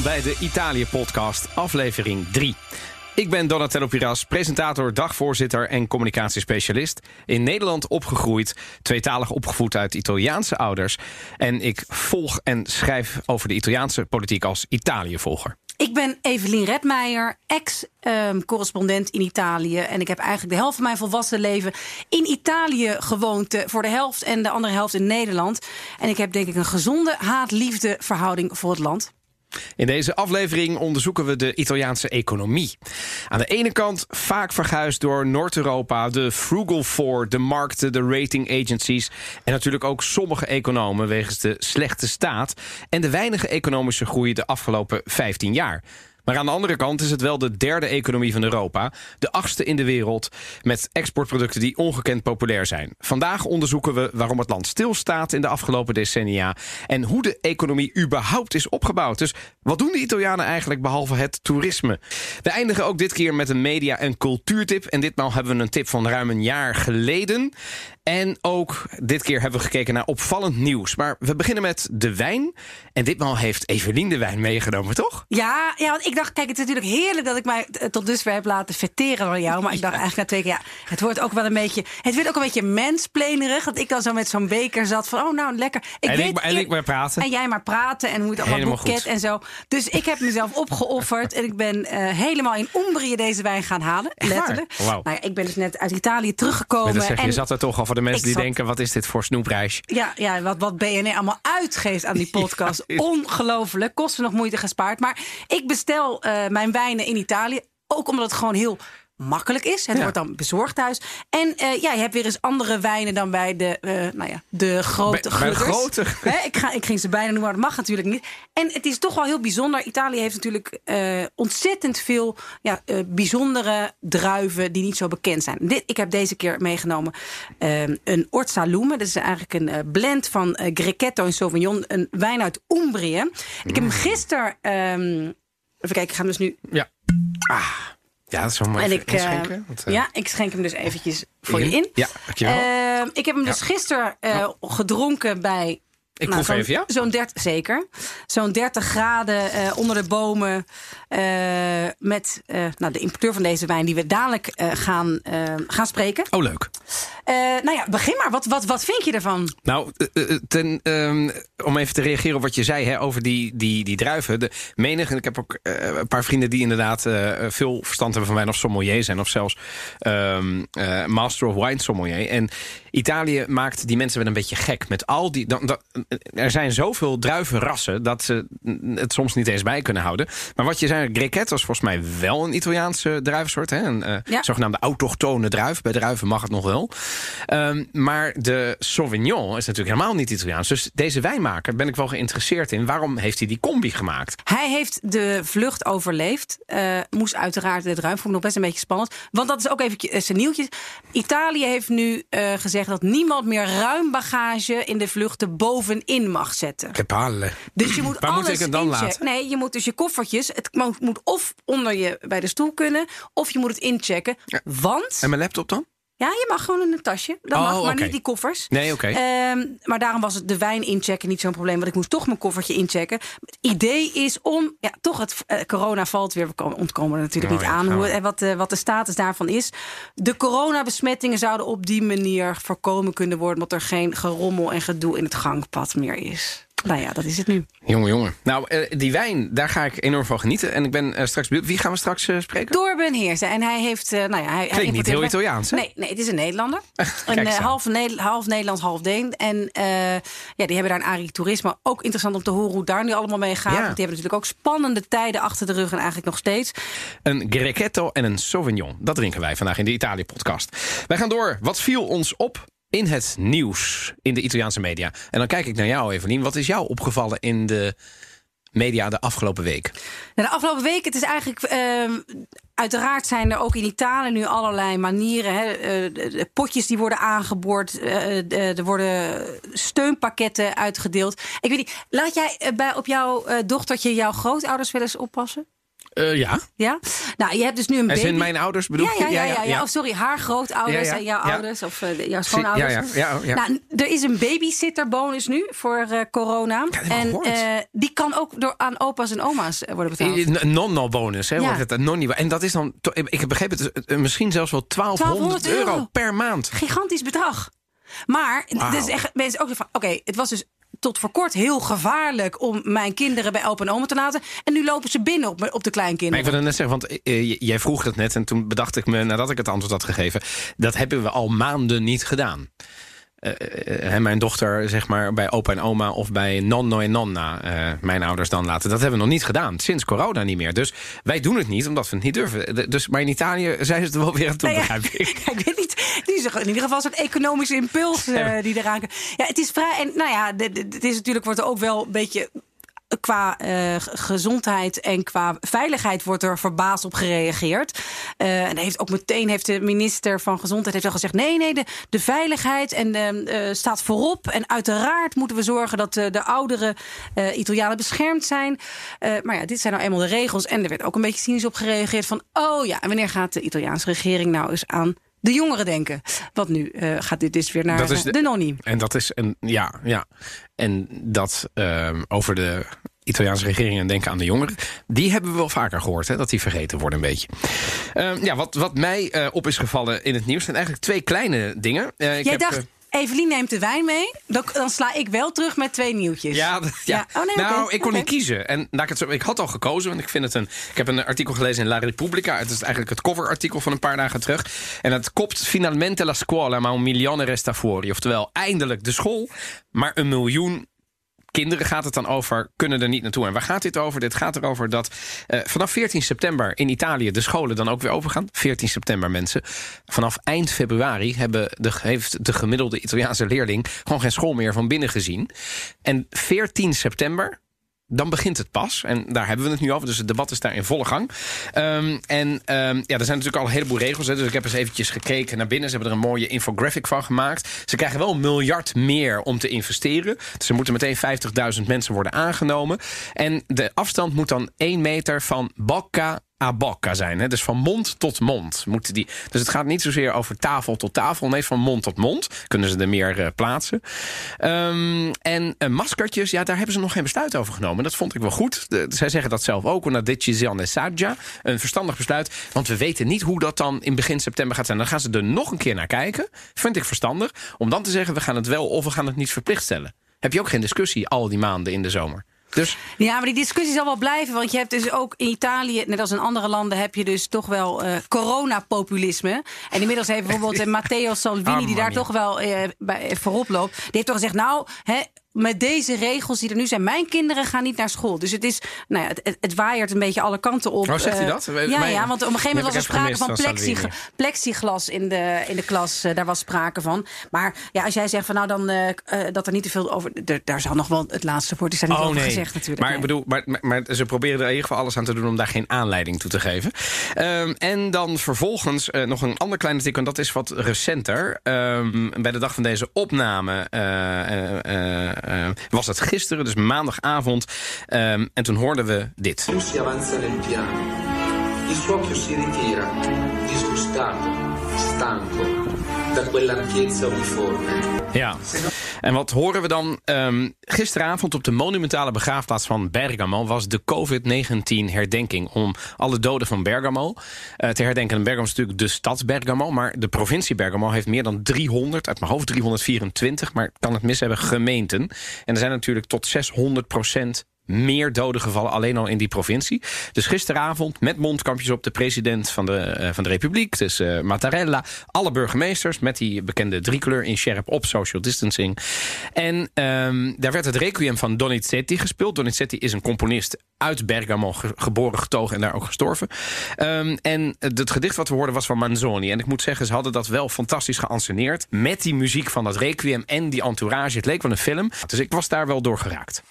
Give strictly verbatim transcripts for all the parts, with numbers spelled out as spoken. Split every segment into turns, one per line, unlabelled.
Welkom bij de Italië-podcast, aflevering drie. Ik ben Donatello Piras, presentator, dagvoorzitter en communicatiespecialist. In Nederland opgegroeid, tweetalig opgevoed uit Italiaanse ouders. En ik volg en schrijf over de Italiaanse politiek als Italië-volger.
Ik ben Evelien Redmeijer, ex-correspondent in Italië. En ik heb eigenlijk de helft van mijn volwassen leven in Italië gewoond. Voor de helft en de andere helft in Nederland. En ik heb denk ik een gezonde haat-liefde verhouding voor het land.
In deze aflevering onderzoeken we de Italiaanse economie. Aan de ene kant vaak verguisd door Noord-Europa, de Frugal Four, de markten, de rating agencies en natuurlijk ook sommige economen wegens de slechte staat en de weinige economische groei de afgelopen vijftien jaar. Maar aan de andere kant is het wel de derde economie van Europa, de achtste in de wereld, met exportproducten die ongekend populair zijn. Vandaag onderzoeken we waarom het land stilstaat in de afgelopen decennia en hoe de economie überhaupt is opgebouwd. Dus wat doen de Italianen eigenlijk behalve het toerisme? We eindigen ook dit keer met een media- en cultuurtip. En ditmaal hebben we een tip van ruim een jaar geleden. En ook dit keer hebben we gekeken naar opvallend nieuws. Maar we beginnen met de wijn. En ditmaal heeft Evelien de wijn meegenomen, toch?
Ja, ja, want ik dacht, kijk, het is natuurlijk heerlijk dat ik mij tot dusver heb laten verteren door jou. Maar ik dacht eigenlijk na twee keer, ja, het wordt ook wel een beetje, het wordt ook een beetje mansplainerig. Dat ik dan zo met zo'n beker zat van, oh nou, lekker. Ik
en,
weet,
ik, en ik maar praten.
En jij maar praten en hoe het allemaal
Helemaal
boeket
goed.
en zo. Dus ik heb mezelf opgeofferd en ik ben uh, helemaal in Umbrië deze wijn gaan halen.
Echt
letterlijk.
waar? Wow.
Nou ja, ik ben dus net uit Italië teruggekomen.
Maar dat zeg je,
en
je zat er toch al voor de mensen die
zat,
denken, wat is dit voor snoepreis?
Ja, ja wat, wat B N R allemaal uitgeeft aan die podcast. Ja, ongelooflijk. Kosten nog moeite gespaard. Maar ik bestel uh, mijn wijnen in Italië. Ook omdat het gewoon heel makkelijk is. Het ja. wordt dan bezorgd thuis. En uh, ja, je hebt weer eens andere wijnen dan bij de, uh, nou ja, de grote
bij, bij de grote.
He, ik, ga, ik ging ze bijna noemen, maar dat mag natuurlijk niet. En het is toch wel heel bijzonder. Italië heeft natuurlijk uh, ontzettend veel ja, uh, bijzondere druiven die niet zo bekend zijn. Dit, ik heb deze keer meegenomen uh, een Orzalume. Dat is eigenlijk een uh, blend van uh, Grechetto en Sauvignon. Een wijn uit Umbrië. Mm. Ik heb hem gisteren... Um, even kijken, ik ga hem dus nu...
Ja. Ah. Ja, dat is wel mooi.
En ik, uh, Want, uh... Ja, ik schenk hem dus eventjes voor in. je in.
Ja, dankjewel.
Uh, ik heb hem dus ja. gisteren uh, gedronken bij...
Ik
nou,
proef even, ja?
Zo'n dertig, zeker. Zo'n dertig graden uh, onder de bomen. Uh, met uh, nou, de importeur van deze wijn die we dadelijk uh, gaan, uh, gaan spreken.
Oh, leuk.
Uh, nou ja, begin maar. Wat, wat, wat vind je ervan?
Nou, uh, ten, um, om even te reageren op wat je zei hè, over die, die, die druiven. De menige, ik heb ook uh, een paar vrienden die inderdaad uh, veel verstand hebben van wijn of sommelier zijn. Of zelfs um, uh, master of wine sommelier. En Italië maakt die mensen wel een beetje gek. Met al die, dan, dan, er zijn zoveel druivenrassen dat ze het soms niet eens bij kunnen houden. Maar wat je zei, Grechetto is volgens mij wel een Italiaanse druivensoort. Hè? Een uh, ja. zogenaamde autochtone druif. Bij druiven mag het nog wel. Um, maar de Sauvignon is natuurlijk helemaal niet Italiaans. Dus deze wijnmaker ben ik wel geïnteresseerd in. Waarom heeft hij die combi gemaakt?
Hij heeft de vlucht overleefd. Uh, moest uiteraard de druif. Vond ik nog best een beetje spannend. Want dat is ook even uh, senieltjes. Italië heeft nu uh, gezegd dat niemand meer ruim bagage in de vluchten bovenin mag zetten.
Que palle.
Dus je moet
Waar
alles
moet ik het dan
inchecken.
laten?
Nee, je moet dus je koffertjes. Het moet of onder je bij de stoel kunnen, of je moet het inchecken. Ja. Want.
En mijn laptop dan?
Ja, je mag gewoon in een tasje. Dat
oh,
mag, maar
okay.
niet die koffers.
Nee, oké. Okay.
Um, maar daarom was het de wijn inchecken niet zo'n probleem. Want ik moest toch mijn koffertje inchecken. Het idee is om, ja, toch het uh, corona valt weer. We ontkomen er natuurlijk oh, niet ja, aan hoe, en wat, uh, wat de status daarvan is. De coronabesmettingen zouden op die manier voorkomen kunnen worden, omdat er geen gerommel en gedoe in het gangpad meer is. Nou ja, dat is het nu.
Jongen, jongen. Nou, uh, die wijn, daar ga ik enorm van genieten. En ik ben uh, straks benieuwd. Wie gaan we straks uh, spreken?
Torben Heersen. En hij heeft... Uh, nou ja, hij,
Klinkt hij niet heel Italiaans, hè?
Nee, nee, het is een Nederlander. een uh, half, ne- half Nederlands, half Deen. En uh, ja, die hebben daar een Arie Toerisme. Ook interessant om te horen hoe daar nu allemaal mee gaat. Ja. Want die hebben natuurlijk ook spannende tijden achter de rug. En eigenlijk nog steeds.
Een Grechetto en een Sauvignon. Dat drinken wij vandaag in de Italië-podcast. Wij gaan door. Wat viel ons op in het nieuws in de Italiaanse media? En dan kijk ik naar jou, Evelien. Wat is jou opgevallen in de media de afgelopen week?
De afgelopen week, het is eigenlijk... Uh, uiteraard zijn er ook in Italië nu allerlei manieren. Hè, uh, de, de potjes die worden aangeboord. Uh, de, er worden steunpakketten uitgedeeld. Ik weet niet, laat jij uh, bij, op jouw uh, dochtertje jouw grootouders wel eens oppassen?
Uh, ja.
Ja? Nou, je hebt dus nu een baby.
En zijn mijn ouders bedoel
ja, ja, ja, ja, ja, ja. Oh, sorry, haar grootouders ja, ja. en jouw ja. ouders. Of uh, jouw schoonouders.
Ja, ja, ja, ja.
Nou, er is een babysitterbonus nu voor uh, corona.
Ja,
en uh, die kan ook door aan opa's en oma's worden betaald.
Een nonno-bonus, hè? Ja. Het, nonni en dat is dan, ik heb begrepen, het, misschien zelfs wel twaalfhonderd euro. euro per maand.
Gigantisch bedrag. Maar, wow. dus echt, mensen ook van, oké, okay, het was dus tot voor kort heel gevaarlijk om mijn kinderen bij opa en oma te laten. En nu lopen ze binnen op, op de kleinkinderen.
Maar ik wilde net zeggen, want uh, jij vroeg dat net en toen bedacht ik me, nadat ik het antwoord had gegeven, dat hebben we al maanden niet gedaan. Uh, uh, mijn dochter zeg maar bij opa en oma of bij nonno en nonna, uh, mijn ouders dan laten. Dat hebben we nog niet gedaan, sinds corona niet meer. Dus wij doen het niet, omdat we het niet durven. Dus, maar in Italië zijn ze het er wel weer aan toe,
nou ja,
begrijp ik.
Ja, ik weet niet, die is in ieder geval een soort economische impuls uh, die eraan... Ja, het is vrij, en nou ja, het is natuurlijk, wordt er ook wel een beetje... Qua uh, gezondheid en qua veiligheid wordt er verbaasd op gereageerd. Uh, en heeft ook meteen heeft de minister van Gezondheid heeft al gezegd... nee, nee, de, de veiligheid en, uh, uh, staat voorop. En uiteraard moeten we zorgen dat uh, de oudere uh, Italianen beschermd zijn. Uh, maar ja, dit zijn nou eenmaal de regels. En er werd ook een beetje cynisch op gereageerd van... oh ja, en wanneer gaat de Italiaanse regering nou eens aan... de jongeren denken. Want nu uh, gaat dit dus weer naar de, de nonni.
En dat is een ja, ja. En dat uh, over de Italiaanse regering en denken aan de jongeren. Die hebben we wel vaker gehoord, hè, dat die vergeten worden een beetje. Uh, ja, wat, wat mij uh, op is gevallen in het nieuws zijn eigenlijk twee kleine dingen. Uh, ik
Jij
heb,
dacht...
Uh,
Evelien neemt de wijn mee. Dan, dan sla ik wel terug met twee nieuwtjes.
Ja, ja. ja. Oh, nee, nou, okay. ik kon okay. niet kiezen. En nou, ik, het zo, ik had al gekozen, want ik vind het een. Ik heb een artikel gelezen in La Repubblica. Het is eigenlijk het coverartikel van een paar dagen terug. En het kopt finalmente la scuola, ma un milione resta fuori. Oftewel, eindelijk de school, maar een miljoen kinderen gaat het dan over, kunnen er niet naartoe. En waar gaat dit over? Dit gaat erover dat uh, vanaf veertien september in Italië de scholen dan ook weer overgaan. veertien september, mensen. Vanaf eind februari hebben de, heeft de gemiddelde Italiaanse leerling gewoon geen school meer van binnen gezien. En veertien september... dan begint het pas. En daar hebben we het nu over. Dus het debat is daar in volle gang. Um, en um, ja, er zijn natuurlijk al een heleboel regels. Hè, dus ik heb eens eventjes gekeken naar binnen. Ze hebben er een mooie infographic van gemaakt. Ze krijgen wel een miljard meer om te investeren. Dus er moeten meteen vijftigduizend mensen worden aangenomen. En de afstand moet dan één meter van bocca a bocca zijn. Hè? Dus van mond tot mond. Moeten die, dus het gaat niet zozeer over tafel tot tafel. Nee, van mond tot mond. Kunnen ze er meer uh, plaatsen. Um, en uh, maskertjes, ja, daar hebben ze nog geen besluit over genomen. Dat vond ik wel goed. De, zij zeggen dat zelf ook. Una decisione saggia. Een verstandig besluit. Want we weten niet hoe dat dan in begin september gaat zijn. Dan gaan ze er nog een keer naar kijken. Vind ik verstandig. Om dan te zeggen, we gaan het wel of we gaan het niet verplicht stellen. Heb je ook geen discussie al die maanden in de zomer. Dus... Ja,
maar die discussie zal wel blijven. Want je hebt dus ook in Italië, net als in andere landen, heb je dus toch wel uh, coronapopulisme. En inmiddels heeft bijvoorbeeld uh, Matteo Salvini, die daar toch wel uh, bij, voorop loopt, die heeft toch gezegd, nou, hè, met deze regels die er nu zijn, mijn kinderen gaan niet naar school. Dus het is, nou ja, het, het waaiert een beetje alle kanten op.
Hoe zegt hij dat?
Uh, ja, Mijn, ja, want op een gegeven moment was er sprake van, van plexig, plexiglas in de, in de klas. Uh, daar was sprake van. Maar ja, als jij zegt van nou dan uh, uh, dat er niet te veel over, d- daar zal nog wel het laatste woord is daar niet
oh,
over
nee.
gezegd natuurlijk.
Maar
nee.
ik bedoel, maar, maar, maar ze proberen er in ieder geval alles aan te doen om daar geen aanleiding toe te geven. Um, en dan vervolgens uh, nog een ander klein artikel, en dat is wat recenter. Um, bij de dag van deze opname uh, uh, uh, uh, was het gisteren, dus maandagavond. Um, en toen hoorden we dit.
Si avanza nel piano. Il suo occhio si ritira, disgustato, stanco, da quell'ampiezza uniforme.
Ja. En wat horen we dan? Um, gisteravond op de monumentale begraafplaats van Bergamo was de covid negentien herdenking om alle doden van Bergamo uh, te herdenken. En Bergamo is natuurlijk de stad Bergamo, maar de provincie Bergamo heeft meer dan driehonderd, uit mijn hoofd driehonderdvierentwintig, maar ik kan het mis hebben, gemeenten. En er zijn natuurlijk tot zeshonderd procent meer doden gevallen alleen al in die provincie. Dus gisteravond met mondkapjes op de president van de, uh, van de Republiek, dus uh, Mattarella, alle burgemeesters met die bekende driekleur in sjerp op social distancing. En um, daar werd het requiem van Donizetti gespeeld. Donizetti is een componist uit Bergamo, ge- geboren, getogen en daar ook gestorven. Um, en het gedicht wat we hoorden was van Manzoni. En ik moet zeggen, ze hadden dat wel fantastisch geanceneerd met die muziek van dat requiem en die entourage. Het leek wel een film. Dus ik was daar wel door geraakt.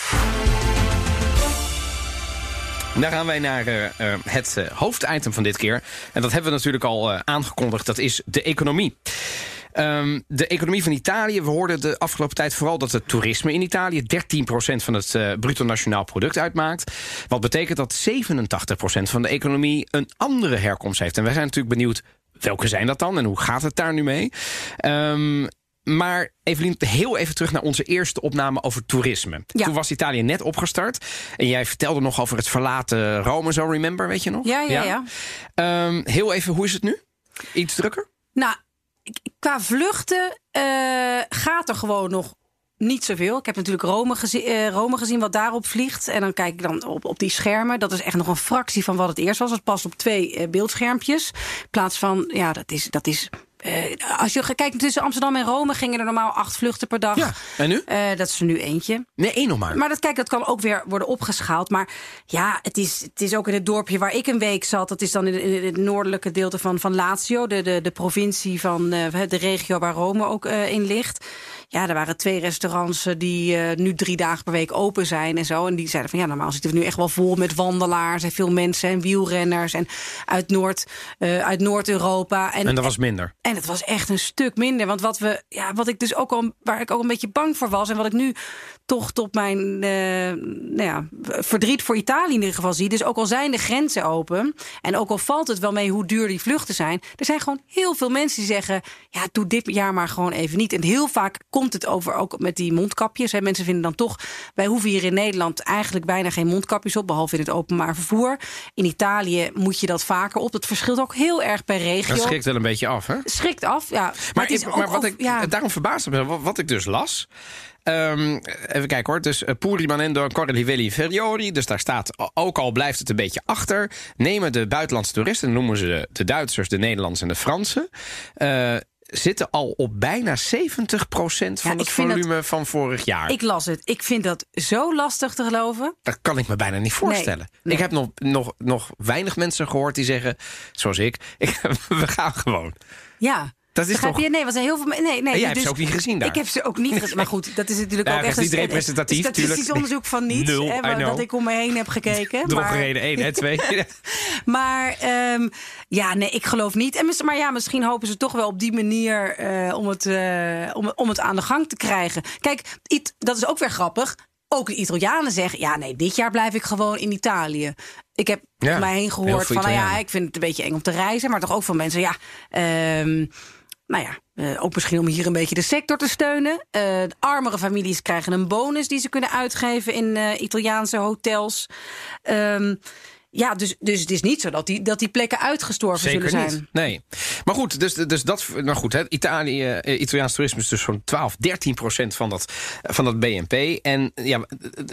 Daar gaan wij naar uh, uh, het uh, hoofditem van dit keer. En dat hebben we natuurlijk al uh, aangekondigd. Dat is de economie. Um, de economie van Italië, we hoorden de afgelopen tijd vooral dat het toerisme in Italië dertien procent van het uh, bruto nationaal product uitmaakt. Wat betekent dat zevenentachtig procent van de economie een andere herkomst heeft. En wij zijn natuurlijk benieuwd, welke zijn dat dan en hoe gaat het daar nu mee? Um, Maar Evelien, heel even terug naar onze eerste opname over toerisme. Ja. Toen was Italië net opgestart. En jij vertelde nog over het verlaten Rome, zo remember, weet je nog?
Ja, ja, ja.
ja. Um, heel even, hoe is het nu? Iets drukker?
Nou, qua vluchten uh, gaat er gewoon nog niet zoveel. Ik heb natuurlijk Rome gezien, uh, Rome gezien wat daarop vliegt. En dan kijk ik dan op, op die schermen. Dat is echt nog een fractie van wat het eerst was. Het past op twee uh, beeldschermpjes. In plaats van, ja, dat is... Dat is Uh, als je kijkt tussen Amsterdam en Rome gingen er normaal acht vluchten per dag.
Ja, en nu?
Uh, dat is er nu eentje.
Nee, één nog maar.
Maar dat, kijk, dat kan ook weer worden opgeschaald. Maar ja, het is, het is ook in het dorpje waar ik een week zat. Dat is dan in, in het noordelijke gedeelte van, van Lazio. De, de, de provincie van uh, de regio waar Rome ook uh, in ligt. Ja, er waren twee restaurants die uh, nu drie dagen per week open zijn en zo. En die zeiden van ja, normaal zitten we nu echt wel vol met wandelaars en veel mensen en wielrenners en uit Noord, uh, uit Noord-Europa.
En, en dat was minder.
En het was echt een stuk minder. Want wat we, ja, wat ik dus ook al, waar ik ook een beetje bang voor was en wat ik nu toch tot mijn uh, nou ja, verdriet voor Italië in ieder geval zie. Dus ook al zijn de grenzen open en ook al valt het wel mee hoe duur die vluchten zijn, er zijn gewoon heel veel mensen die zeggen ja, doe dit jaar maar gewoon even niet. En heel vaak komt het over ook met die mondkapjes. Hè. Mensen vinden dan toch, wij hoeven hier in Nederland eigenlijk bijna geen mondkapjes op, behalve in het openbaar vervoer. In Italië moet je dat vaker op. Dat verschilt ook heel erg per regio.
Dat schrikt wel een beetje af, hè?
Schrikt af, ja. Maar,
maar,
het is
ik, maar wat
of,
ik
ja.
daarom verbaasde me, wat, wat ik dus las. Um, even kijken hoor. Dus uh, pur rimanendo ancora livelli inferiori. Dus daar staat, ook al blijft het een beetje achter, nemen de buitenlandse toeristen, noemen ze de, de Duitsers, de Nederlanders en de Fransen, Uh, zitten al op bijna zeventig procent van ja, het volume dat, van vorig jaar.
Ik las het. Ik vind dat zo lastig te geloven.
Dat kan ik me bijna niet voorstellen. Nee, nee. Ik heb nog, nog, nog weinig mensen gehoord die zeggen, zoals ik, ik we gaan gewoon.
Ja.
Dat is toch...
je, nee, wat zijn heel veel. Nee, nee.
En jij
dus,
hebt ze ook niet gezien daar.
Ik heb ze ook niet gezien. Maar goed, dat is natuurlijk
ja,
ook echt
een niet representatief,
een statistisch tuurlijk. onderzoek van niet.
Nul,
hè, dat ik om me heen heb gekeken.
Drogreden één en twee.
Maar um, ja, nee, ik geloof niet. En, maar ja, misschien hopen ze toch wel op die manier uh, om, het, uh, om, om het aan de gang te krijgen. Kijk, it, dat is ook weer grappig. Ook de Italianen zeggen, ja, nee, dit jaar blijf ik gewoon in Italië. Ik heb ja, om mij heen gehoord van, nou ja, ik vind het een beetje eng om te reizen. Maar toch ook van mensen, ja, um, nou ja, uh, ook misschien om hier een beetje de sector te steunen. Uh, de armere families krijgen een bonus die ze kunnen uitgeven in uh, Italiaanse hotels. Um, Ja, dus, dus het is niet zo dat die, dat die plekken uitgestorven
Zeker
zullen
niet.
zijn.
Nee. Maar goed, dus, dus dat. Nou goed, hè, Italië, Italiaans toerisme is dus zo'n twaalf, dertien procent van dat, van dat B N P. En ja,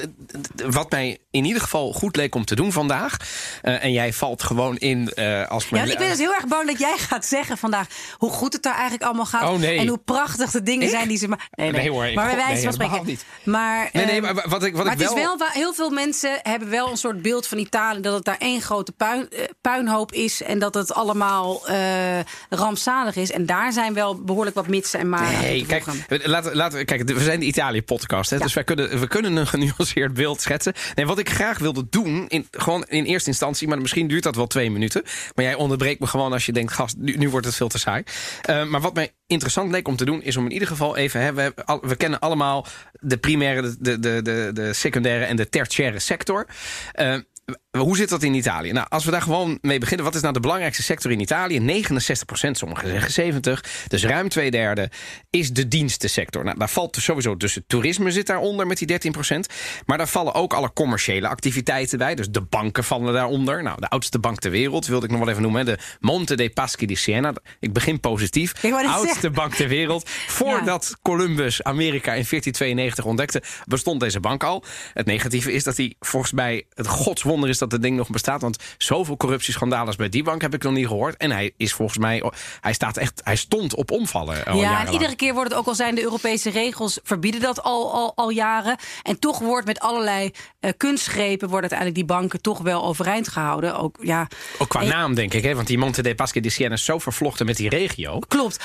wat mij in ieder geval goed leek om te doen vandaag. Uh, en jij valt gewoon in uh, als mijn...
Ja, ik ben dus heel erg bang dat jij gaat zeggen vandaag hoe goed het daar eigenlijk allemaal gaat.
Oh, nee.
En hoe prachtig de dingen
ik?
zijn die ze maken. Nee, nee.
nee hoor,
maar bij wijze
nee,
van spreken.
Niet.
Maar,
nee, nee,
um,
maar wat ik, wat
maar
ik
het
wel...
is wel, heel veel mensen hebben wel een soort beeld van Italië dat het daar één grote puin, uh, puinhoop is en dat het allemaal uh, rampzalig is. En daar zijn wel behoorlijk wat mitsen en maren.
Nee, kijk, laten, laten, kijk, we zijn de Italië-podcast, hè, ja. Dus wij kunnen, we kunnen een genuanceerd beeld schetsen. Nee, wat ik graag wilde doen, in, gewoon in eerste instantie, maar misschien duurt dat wel twee minuten. Maar jij onderbreekt me gewoon als je denkt, gast, nu, nu wordt het veel te saai. Uh, maar wat mij interessant leek om te doen, is om in ieder geval even, hè, we, al, we kennen allemaal de primaire, de, de, de, de secundaire en de tertiaire sector. Uh, Hoe zit dat in Italië? Nou, als we daar gewoon mee beginnen. Wat is nou de belangrijkste sector in Italië? negenenzestig procent, sommigen zeggen zeventig. Dus ruim twee derde is de dienstensector. Nou, daar valt dus sowieso dus het toerisme zit daaronder met die dertien procent. Maar daar vallen ook alle commerciële activiteiten bij. Dus de banken vallen daaronder. Nou, de oudste bank ter wereld wilde ik nog wel even noemen. De Monte dei Paschi di Siena. Ik begin positief. Oudste zeggen. bank ter wereld. Voordat ja. Columbus Amerika in veertien tweeënnegentig ontdekte, bestond deze bank al. Het negatieve is dat hij volgens mij het godswonder is dat het ding nog bestaat. Want zoveel corruptieschandalen bij die bank heb ik nog niet gehoord. En hij is volgens mij, hij staat echt, hij stond op omvallen. Al
ja, en iedere keer wordt het ook al zijn de Europese regels verbieden dat al, al, al jaren. En toch wordt met allerlei uh, kunstgrepen worden uiteindelijk die banken toch wel overeind gehouden. Ook, ja,
ook qua en, naam denk ik, hè? Want die Monte dei Paschi di Siena is zo vervlochten met die regio.
Klopt. De,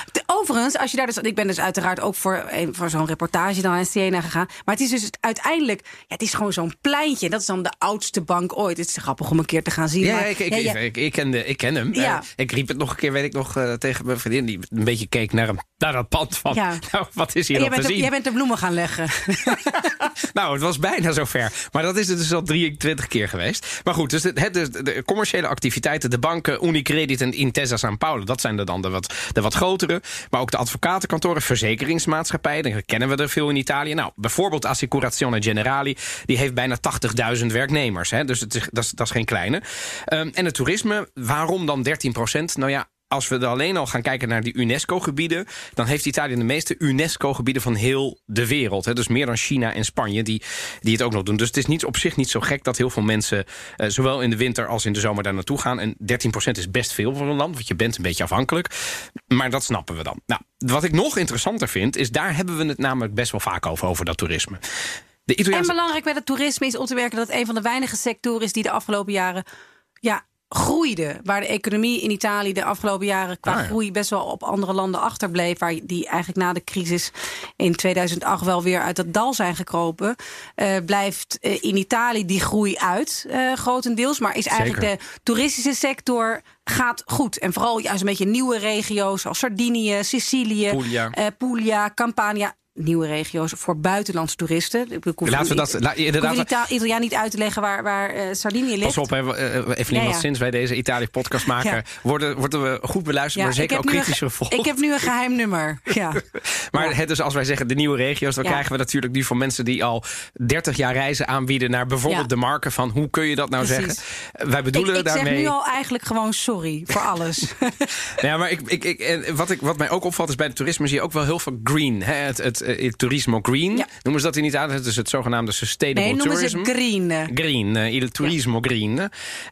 Overigens, als je daar dus, ik ben dus uiteraard ook voor, voor zo'n reportage dan in Siena gegaan. Maar het is dus uiteindelijk, ja, het is gewoon zo'n pleintje. Dat is dan de oudste bank ooit. Het is grappig om een keer te gaan zien.
Ja,
maar,
ik, ik,
ja, ja.
ik, ik, ken de, ik ken hem.
Ja.
Uh, ik riep het nog een keer, weet ik nog, uh, tegen mijn vriendin die een beetje keek naar, hem, naar dat pand van.
Ja.
Nou, wat is hier
jij
nog te
bent
zien?
De, jij bent de bloemen gaan leggen.
Nou, het was bijna zover. Maar dat is het dus al drieëntwintig keer geweest. Maar goed, dus de, de, de, de commerciële activiteiten, de banken, Unicredit en Intesa San Paolo, dat zijn er dan de wat, de wat grotere. Maar ook de advocatenkantoren, verzekeringsmaatschappijen, dan kennen we er veel in Italië. Nou, bijvoorbeeld Assicurazione Generali, die heeft bijna tachtigduizend werknemers. Hè? Dus het is, dat, is, dat is geen kleine. Um, en het toerisme, waarom dan dertien procent? Nou ja, als we er alleen al gaan kijken naar die UNESCO-gebieden, dan heeft Italië de meeste UNESCO-gebieden van heel de wereld. Hè? Dus meer dan China en Spanje die, die het ook nog doen. Dus het is niet, op zich niet zo gek dat heel veel mensen, uh, zowel in de winter als in de zomer, daar naartoe gaan. En dertien procent is best veel voor een land, want je bent een beetje afhankelijk. Maar dat snappen we dan. Nou, wat ik nog interessanter vind, is daar hebben we het namelijk best wel vaak over, over dat toerisme. De Italiaanse...
En belangrijk bij het toerisme is om te merken dat het een van de weinige sectoren is die de afgelopen jaren, ja, groeide. Waar de economie in Italië de afgelopen jaren qua
ah, ja.
groei best wel op andere landen achterbleef. Waar die eigenlijk na de crisis in tweeduizend acht wel weer uit het dal zijn gekropen. Uh, blijft uh, in Italië die groei uit, uh, grotendeels. Maar is eigenlijk Zeker. de toeristische sector gaat goed. En vooral juist een beetje nieuwe regio's zoals Sardinië, Sicilië,
Puglia,
uh, Puglia Campania. Nieuwe regio's voor buitenlandse toeristen. Ik hoef
Laten we dat la, inderdaad.
Ik hoef Italiaan niet uit te leggen waar, waar uh, Sardinië ligt.
Pas op, hè, uh, Evelien, ja, ja. sinds wij deze Italië-podcast maken, ja. worden, worden we goed beluisterd, ja, maar zeker ook kritischer gevolgd.
Ik heb nu een geheim nummer. Ja.
maar
ja.
het, dus als wij zeggen de nieuwe regio's, dan ja. krijgen we natuurlijk nu van mensen die al dertig jaar reizen aanbieden naar bijvoorbeeld ja. de marken van hoe kun je dat nou Precies. zeggen? Wij bedoelen
ik, ik
daarmee.
Ik zeg nu al eigenlijk gewoon sorry voor alles.
ja, maar ik, ik, ik, en wat, ik, wat mij ook opvalt is bij het toerisme zie je ook wel heel veel green. Hè? Het, het, het, het toerismo green. Ja. Noemen ze dat in Italië? Het is het zogenaamde sustainable
nee,
tourism.
Nee, noemen ze green.
Green, uh, il turismo ja. green.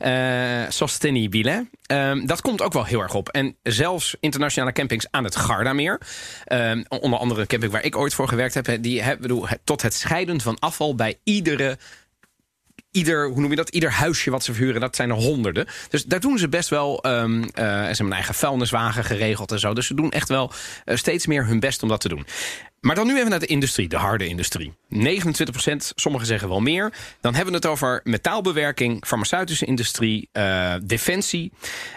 Uh, sostenibile. Um, dat komt ook wel heel erg op. En zelfs internationale campings aan het Gardameer. Um, onder andere een camping waar ik ooit voor gewerkt heb. Die hebben tot het scheiden van afval bij iedere... Ieder, hoe noem je dat? Ieder huisje wat ze verhuren, dat zijn er honderden. Dus daar doen ze best wel. Um, uh, ze hebben een eigen vuilniswagen geregeld en zo. Dus ze doen echt wel uh, steeds meer hun best om dat te doen. Maar dan nu even naar de industrie, de harde industrie. negenentwintig procent, sommigen zeggen wel meer. Dan hebben we het over metaalbewerking, farmaceutische industrie, uh, defensie.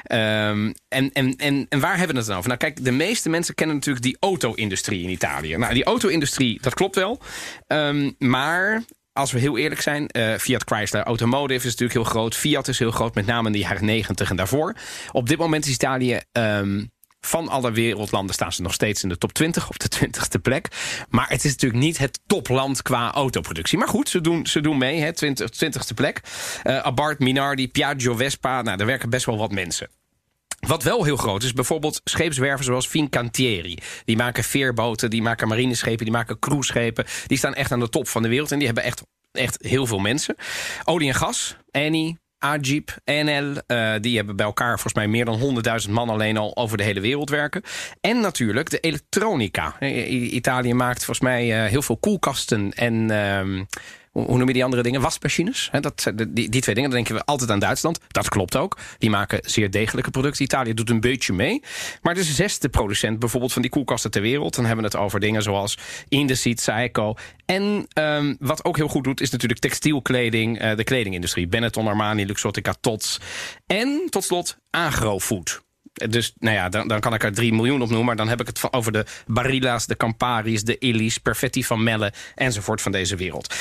Um, en, en, en, en waar hebben we het dan over? Nou kijk, de meeste mensen kennen natuurlijk die auto-industrie in Italië. Nou, die auto-industrie, dat klopt wel. Um, maar... Als we heel eerlijk zijn, uh, Fiat Chrysler Automotive is natuurlijk heel groot. Fiat is heel groot, met name in de jaren negentig en daarvoor. Op dit moment is Italië... Um, van alle wereldlanden staan ze nog steeds in de top twintig, op de twintigste plek. Maar het is natuurlijk niet het topland qua autoproductie. Maar goed, ze doen, ze doen mee, hè, twintig, twintigste plek. Uh, Abarth, Minardi, Piaggio, Vespa, nou, daar werken best wel wat mensen. Wat wel heel groot is, bijvoorbeeld scheepswerven zoals Fincantieri. Die maken veerboten, die maken marineschepen, die maken cruiseschepen. Die staan echt aan de top van de wereld en die hebben echt, echt heel veel mensen. Olie en gas, Eni, Agip, N L, uh, die hebben bij elkaar volgens mij meer dan honderdduizend man alleen al over de hele wereld werken. En natuurlijk de elektronica. Italië maakt volgens mij uh, heel veel koelkasten en... Uh, Hoe noem je die andere dingen? Wasmachines. Dat, die, die twee dingen, dan denken we altijd aan Duitsland. Dat klopt ook. Die maken zeer degelijke producten. Italië doet een beetje mee. Maar de zesde producent bijvoorbeeld van die koelkasten ter wereld. Dan hebben we het over dingen zoals Indesit, Saeco. En um, wat ook heel goed doet is natuurlijk textielkleding. Uh, de kledingindustrie. Benetton, Armani, Luxottica, Tots. En tot slot agrofood. Dus nou ja, dan, dan kan ik er drie miljoen op noemen. Maar dan heb ik het over de Barilla's, de Campari's, de Illy's, Perfetti van Melle enzovoort van deze wereld.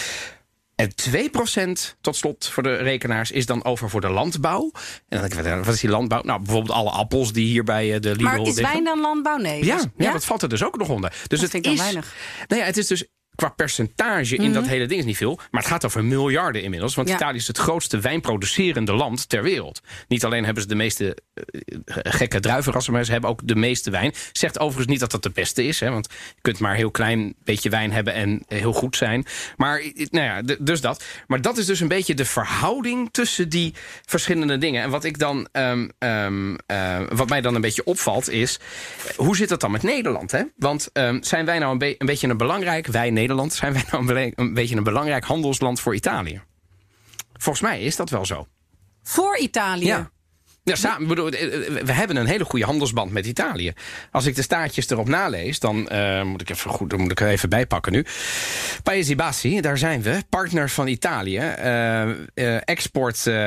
En twee procent, tot slot voor de rekenaars, is dan over voor de landbouw. En dan denk ik, wat is die landbouw? Nou, bijvoorbeeld alle appels die hier bij de Lidl
liggen. Maar is
liggen.
wijn dan landbouw? Nee.
Ja,
dus,
ja,
ja,
dat valt er dus ook nog onder. Dus
dat
het
vind ik
is,
dan weinig.
Nou ja, het is dus qua percentage in mm-hmm. dat hele ding is niet veel. Maar het gaat over miljarden inmiddels. Want ja. Italië is het grootste wijnproducerende land ter wereld. Niet alleen hebben ze de meeste uh, gekke druivenrassen, maar ze hebben ook de meeste wijn. Zegt overigens niet dat dat de beste is. Hè, want je kunt maar een heel klein beetje wijn hebben en heel goed zijn. Maar nou ja, d- dus dat. Maar dat is dus een beetje de verhouding tussen die verschillende dingen. En wat ik dan, um, um, uh, wat mij dan een beetje opvalt is, hoe zit dat dan met Nederland? Hè? Want um, zijn wij nou een, be- een beetje een belangrijk, wij Nederland, zijn wij nou een, be- een beetje een belangrijk handelsland voor Italië? Volgens mij is dat wel zo.
Voor Italië?
Ja. Ja, samen, bedoel, we hebben een hele goede handelsband met Italië. Als ik de staatjes erop nalees, dan uh, moet ik even goed, dan moet ik er even bijpakken nu. Paesi Bassi, daar zijn we, partner van Italië. Uh, uh, export, uh,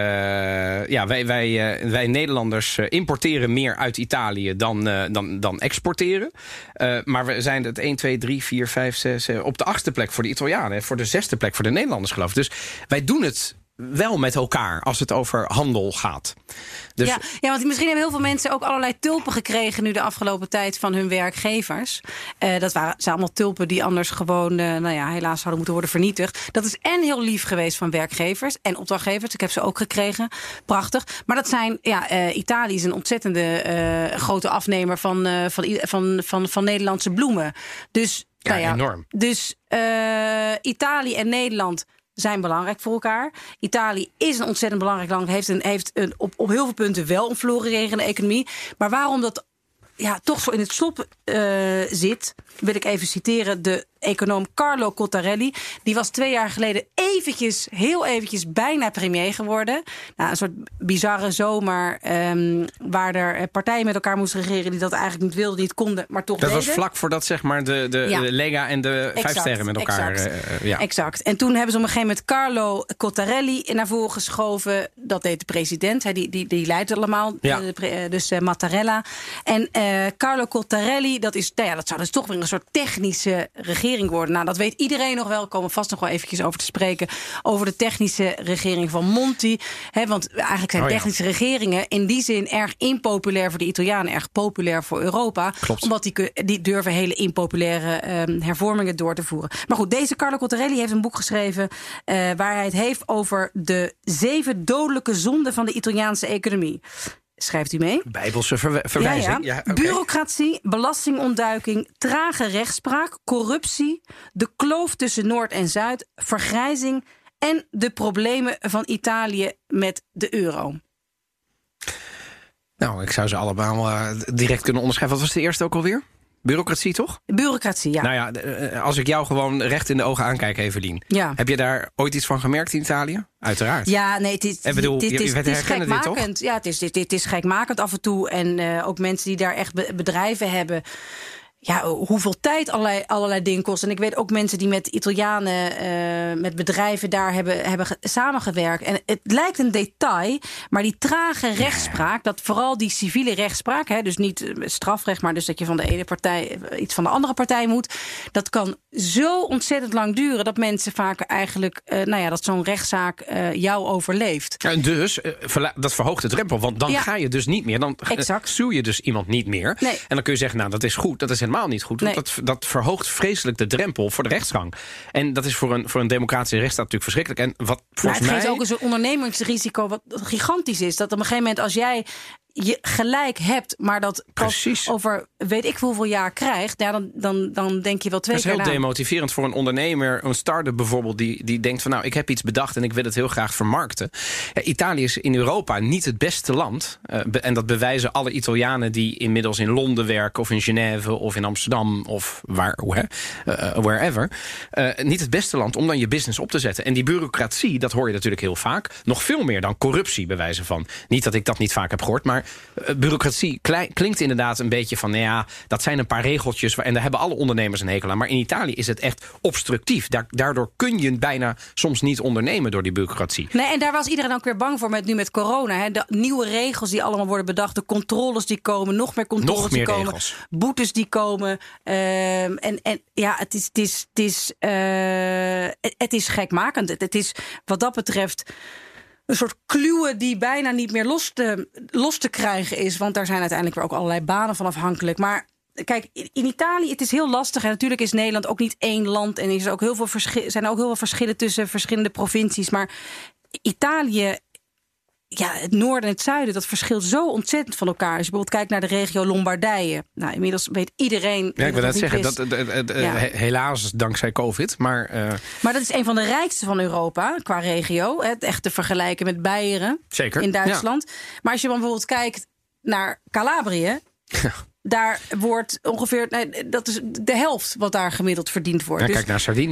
ja, wij, wij, uh, wij Nederlanders uh, importeren meer uit Italië dan, uh, dan, dan exporteren. Uh, maar we zijn het één, twee, drie, vier, vijf, zes uh, op de achtste plek voor de Italianen, voor de zesde plek voor de Nederlanders, geloof ik. Dus wij doen het wel met elkaar als het over handel gaat. Dus
ja, ja, want misschien hebben heel veel mensen ook allerlei tulpen gekregen nu de afgelopen tijd van hun werkgevers. Uh, dat waren, zijn allemaal tulpen die anders gewoon, uh, nou ja, helaas zouden moeten worden vernietigd. Dat is en heel lief geweest van werkgevers en opdrachtgevers. Ik heb ze ook gekregen. Prachtig. Maar dat zijn, ja, uh, Italië is een ontzettende uh, grote afnemer van, uh, van, van, van, van Nederlandse bloemen. Dus,
ja,
nou ja,
enorm.
Dus uh, Italië en Nederland zijn belangrijk voor elkaar. Italië is een ontzettend belangrijk land. Heeft, een, heeft een, op, op heel veel punten wel een florerende economie. Maar waarom dat ja, toch zo in het slop uh, zit, wil ik even citeren de econoom Carlo Cottarelli. Die was twee jaar geleden eventjes, heel eventjes bijna premier geworden. Nou, een soort bizarre zomer um, waar er partijen met elkaar moesten regeren die dat eigenlijk niet wilden, niet konden, maar toch
dat
deden.
was vlak voordat zeg maar de, de, ja. de Lega en de exact, Vijf Sterren met elkaar.
Exact.
Uh, ja.
exact. En toen hebben ze op een gegeven moment Carlo Cottarelli naar voren geschoven. Dat deed de president. He, die, die, die leidt allemaal.
Ja.
De, dus uh, Mattarella. En uh, Carlo Cottarelli, dat is, nou ja, dat zou dus toch weer een soort technische regering worden. Nou, dat weet iedereen nog wel. We komen vast nog wel eventjes over te spreken. Over de technische regering van Monti. He, want eigenlijk zijn
oh, ja.
technische regeringen in die zin erg impopulair voor de Italianen. Erg populair voor Europa.
Klopt.
Omdat die, die durven hele impopulaire um, hervormingen door te voeren. Maar goed, deze Carlo Cottarelli heeft een boek geschreven Uh, waar hij het heeft over de zeven dodelijke zonden van de Italiaanse economie. Schrijft u mee?
Bijbelse verwe- verwijzing.
Ja, ja.
Ja, okay.
Bureaucratie, belastingontduiking, trage rechtspraak, corruptie, de kloof tussen Noord en Zuid, vergrijzing en de problemen van Italië met de euro.
Nou, ik zou ze allemaal uh, direct kunnen onderschrijven. Wat was de eerste ook alweer? Bureaucratie, toch?
Bureaucratie, ja.
Nou ja, als ik jou gewoon recht in de ogen aankijk, Evelien.
Ja.
Heb je daar ooit iets van gemerkt in Italië? Uiteraard.
Ja, nee, het is,
ik bedoel,
dit, dit,
je, je
het is
gekmakend.
Ja, het is, dit, dit is gekmakend af en toe. En uh, ook mensen die daar echt be- bedrijven hebben. Ja, hoeveel tijd allerlei, allerlei dingen kosten. En ik weet ook mensen die met Italianen, uh, met bedrijven daar hebben, hebben ge- samengewerkt. En het lijkt een detail, maar die trage rechtspraak, dat vooral die civiele rechtspraak, hè, dus niet strafrecht, maar dus dat je van de ene partij iets van de andere partij moet, dat kan zo ontzettend lang duren dat mensen vaak eigenlijk, uh, nou ja, dat zo'n rechtszaak uh, jou overleeft.
En dus, uh, verla- dat verhoogt de drempel, want dan
ja.
ga je dus niet meer, dan
exact.
sue je dus iemand niet meer.
Nee.
En dan kun je zeggen, nou, dat is goed, dat is helemaal niet goed.
Nee.
Dat, dat verhoogt vreselijk de drempel voor de rechtsgang. En dat is voor een, voor een democratische rechtsstaat natuurlijk verschrikkelijk. En wat volgens
nou, het
mij
geeft ook een soort ondernemingsrisico wat gigantisch is. Dat op een gegeven moment als jij je gelijk hebt, maar dat pas over weet ik hoeveel jaar krijgt, ja, dan, dan, dan denk je wel twee keer na.
Dat is heel demotiverend voor een ondernemer, een start-up bijvoorbeeld, die, die denkt van nou, ik heb iets bedacht en ik wil het heel graag vermarkten. Ja, Italië is in Europa niet het beste land. Uh, be- en dat bewijzen alle Italianen die inmiddels in Londen werken, of in Genève, of in Amsterdam, of waar, uh, wherever. Uh, niet het beste land om dan je business op te zetten. En die bureaucratie, dat hoor je natuurlijk heel vaak. Nog veel meer dan corruptie, bewijzen van. Niet dat ik dat niet vaak heb gehoord, maar Uh, bureaucratie klei, klinkt inderdaad een beetje van, nou ja, dat zijn een paar regeltjes waar, en daar hebben alle ondernemers een hekel aan. Maar in Italië is het echt obstructief. Da- daardoor kun je bijna soms niet ondernemen door die bureaucratie.
Nee, en daar was iedereen ook weer bang voor met nu met corona. Hè. De nieuwe regels die allemaal worden bedacht, de controles die komen, nog meer controles
nog meer
die komen,
regels.
boetes die komen. Uh, en, en ja, het is, het is, het is, uh, het, het is gekmakend. Het, het is wat dat betreft een soort kluwen die bijna niet meer los te, los te krijgen is. Want daar zijn uiteindelijk weer ook allerlei banen van afhankelijk. Maar kijk, in Italië, het is heel lastig. En natuurlijk is Nederland ook niet één land. En er is ook heel veel verschi- zijn er ook heel veel verschillen tussen verschillende provincies. Maar Italië, ja, het noorden en het zuiden, dat verschilt zo ontzettend van elkaar. Als je bijvoorbeeld kijkt naar de regio Lombardije. Nou, inmiddels weet iedereen.
Ja, ik wil net zeggen,
is.
dat, dat, dat,
Ja.
helaas dankzij COVID. Maar, uh...
maar dat is een van de rijkste van Europa qua regio. Het echt te vergelijken met Beieren
Zeker,
in Duitsland. Ja. Maar als je dan bijvoorbeeld kijkt naar Calabrië, ja. daar wordt ongeveer, nee, dat is de helft wat daar gemiddeld verdiend wordt.
Ja,
dus,
kijk naar Sardinië.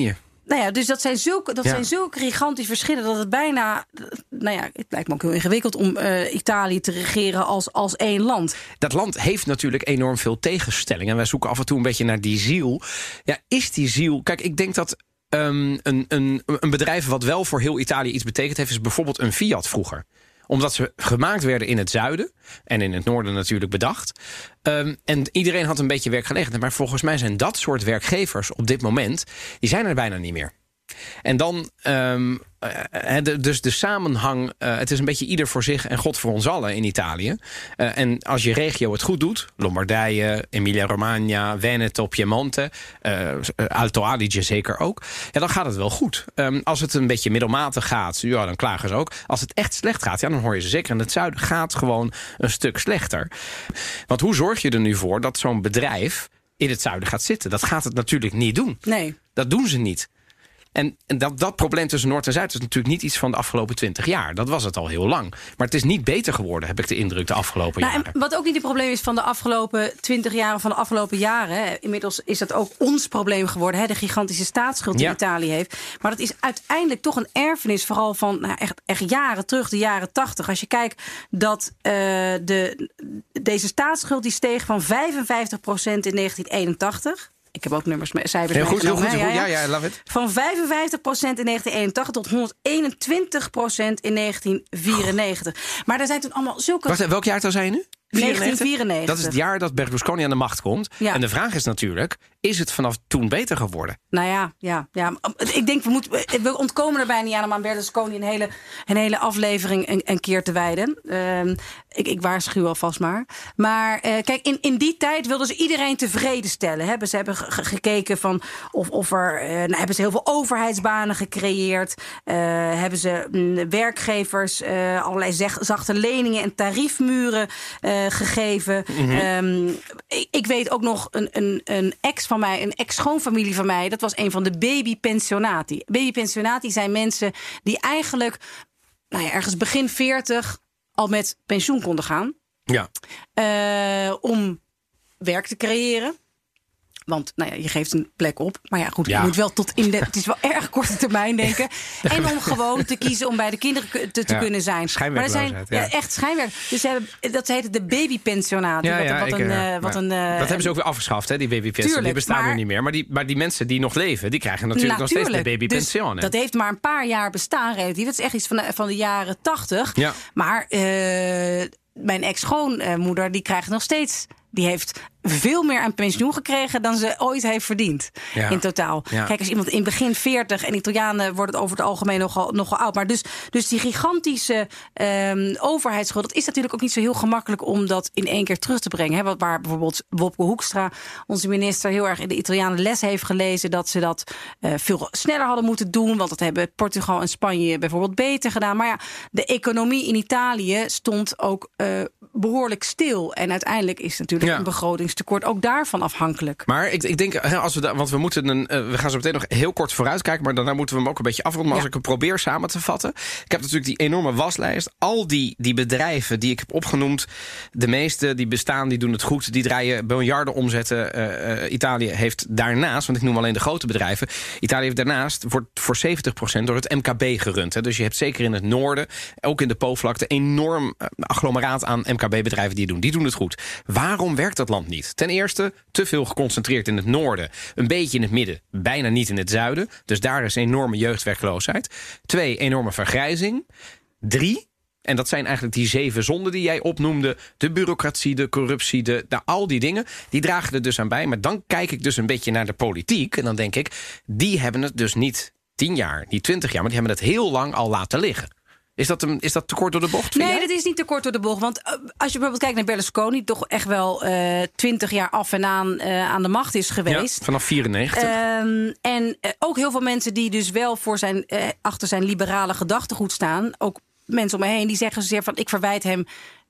Nou ja, dus dat zijn zulke, dat
Ja.
zijn zulke gigantische verschillen dat het bijna. Nou ja, het lijkt me ook heel ingewikkeld om uh, Italië te regeren als, als één land.
Dat land heeft natuurlijk enorm veel tegenstellingen. En wij zoeken af en toe een beetje naar die ziel. Ja, is die ziel. Kijk, ik denk dat um, een, een, een bedrijf wat wel voor heel Italië iets betekend heeft, is bijvoorbeeld een Fiat vroeger. Omdat ze gemaakt werden in het zuiden. En in het noorden natuurlijk bedacht. Um, en iedereen had een beetje werkgelegenheid. Maar volgens mij zijn dat soort werkgevers op dit moment, die zijn er bijna niet meer. En dan, um, uh, de, dus de samenhang, uh, het is een beetje ieder voor zich en God voor ons allen in Italië. Uh, en als je regio het goed doet, Lombardije, Emilia-Romagna, Veneto, Piemonte, uh, Alto Adige zeker ook, ja, dan gaat het wel goed. Um, als het een beetje middelmatig gaat, ja, dan klagen ze ook. Als het echt slecht gaat, ja, dan hoor je ze zeker. En het zuiden gaat gewoon een stuk slechter. Want hoe zorg je er nu voor dat zo'n bedrijf in het zuiden gaat zitten? Dat gaat het natuurlijk niet doen.
Nee.
Dat doen ze niet. En dat, dat probleem tussen Noord en Zuid is natuurlijk niet iets van de afgelopen twintig jaar. Dat was het al heel lang. Maar het is niet beter geworden, heb ik de indruk, de afgelopen
nou,
jaren.
En wat ook niet het probleem is van de afgelopen twintig jaar, van de afgelopen jaren. Inmiddels is dat ook ons probleem geworden, hè, de gigantische staatsschuld die
Ja.
Italië heeft. Maar dat is uiteindelijk toch een erfenis, vooral van nou, echt, echt jaren terug, de jaren tachtig. Als je kijkt dat uh, de, deze staatsschuld die steeg van vijfenvijftig procent in negentien eenentachtig... Ik heb ook nummers, cijfers
Heel goed, heel
meegenomen,
goed.
hè?
Ja, ja, ja, love it.
Van vijfenvijftig procent in negentien eenentachtig tot honderdeenentwintig procent in negentien vierennegentig. Maar er zijn toen allemaal zulke.
Wacht, welk jaar zei je nu?
negentien vierennegentig.
Dat is het jaar dat Berlusconi aan de macht komt.
Ja.
En de vraag is natuurlijk, is het vanaf toen beter geworden?
Nou ja, ja, ja. Ik denk, we, moeten, we ontkomen er bijna niet aan om aan Berlusconi een hele, een hele aflevering een, een keer te wijden. Uh, ik, ik waarschuw alvast maar. Maar uh, kijk, in, in die tijd wilden ze iedereen tevreden stellen. Hebben ze hebben ge- gekeken van of, of er. Uh, nou, hebben ze heel veel overheidsbanen gecreëerd. Uh, hebben ze mm, werkgevers uh, allerlei zeg, zachte leningen en tariefmuren uh, gegeven. Mm-hmm. Um, ik, ik weet ook nog een, een, een ex van mij, een ex-schoonfamilie van mij. Dat was een van de babypensionati. Babypensionati zijn mensen die eigenlijk nou ja, ergens begin veertig al met pensioen konden gaan.
Ja.
Uh, om werk te creëren. Want nou ja, je geeft een plek op. Maar ja, goed,
Ja.
je moet wel tot in de. Het is wel erg korte termijn denken. En om gewoon te kiezen om bij de kinderen te, te
Ja.
kunnen zijn. Maar er zijn
Schijnwerkloosheid,
ja.
ja.
echt schijnwerk. Dus ze hebben, dat heet de babypensionaat.
Ja,
wat,
ja,
wat
ik,
een,
uh,
uh, wat
maar
een uh,
dat hebben ze ook weer afgeschaft, hè, die babypensioen. Die
Tuurlijk,
bestaan
maar-
nu niet meer. Maar die, maar die mensen die nog leven, die krijgen natuurlijk,
Natuurlijk.
nog steeds de babypensioen.
Dus dat heeft maar een paar jaar bestaan relatief. Dat is echt iets van de, van de jaren tachtig.
Ja.
Maar uh, mijn ex-schoonmoeder, die krijgt nog steeds. Die heeft veel meer aan pensioen gekregen dan ze ooit heeft verdiend.
Ja.
In totaal.
Ja.
Kijk, als iemand in begin veertig... en Italianen wordt het over het algemeen nogal, nogal oud. Maar dus, dus die gigantische um, overheidsschuld... dat is natuurlijk ook niet zo heel gemakkelijk om dat in één keer terug te brengen. Hè? Wat, waar bijvoorbeeld Wopke Hoekstra, onze minister... heel erg in de Italianen les heeft gelezen... dat ze dat uh, veel sneller hadden moeten doen. Want dat hebben Portugal en Spanje bijvoorbeeld beter gedaan. Maar ja, de economie in Italië stond ook uh, behoorlijk stil. En uiteindelijk is natuurlijk
Ja.
een begrotingstekort ook daarvan afhankelijk.
Maar ik, ik denk, hè, als we da, want we moeten een, uh, we gaan zo meteen nog heel kort vooruitkijken, maar daarna moeten we hem ook een beetje afronden. Maar
Ja.
als ik hem probeer samen te vatten. Ik heb natuurlijk die enorme waslijst. Al die, die bedrijven die ik heb opgenoemd, de meeste die bestaan, die doen het goed. Die draaien miljarden omzetten. Uh, uh, Italië heeft daarnaast, want ik noem alleen de grote bedrijven. Italië heeft daarnaast, wordt voor zeventig procent door het M K B gerund. Hè. Dus je hebt zeker in het noorden, ook in de Po-vlakte, enorm uh, agglomeraat aan M K B-bedrijven die doen. Die doen het goed. Waarom werkt dat land niet? Ten eerste, te veel geconcentreerd in het noorden. Een beetje in het midden, bijna niet in het zuiden. Dus daar is enorme jeugdwerkloosheid. Twee, enorme vergrijzing. Drie, en dat zijn eigenlijk die zeven zonden die jij opnoemde. De bureaucratie, de corruptie, de, de, al die dingen. Die dragen er dus aan bij. Maar dan kijk ik dus een beetje naar de politiek. En dan denk ik, die hebben het dus niet tien jaar, niet twintig jaar. Maar die hebben het heel lang al laten liggen. Is dat, een, is dat te kort door de bocht? vind
Nee,
jij?
dat is niet te kort door de bocht. Want uh, als je bijvoorbeeld kijkt naar Berlusconi... toch echt wel twintig uh, jaar af en aan uh, aan de macht is geweest.
Ja, vanaf vierennegentig.
Um, en uh, ook heel veel mensen die dus wel voor zijn, uh, achter zijn liberale gedachtegoed staan... ook mensen om me heen die zeggen zeer van... ik verwijt hem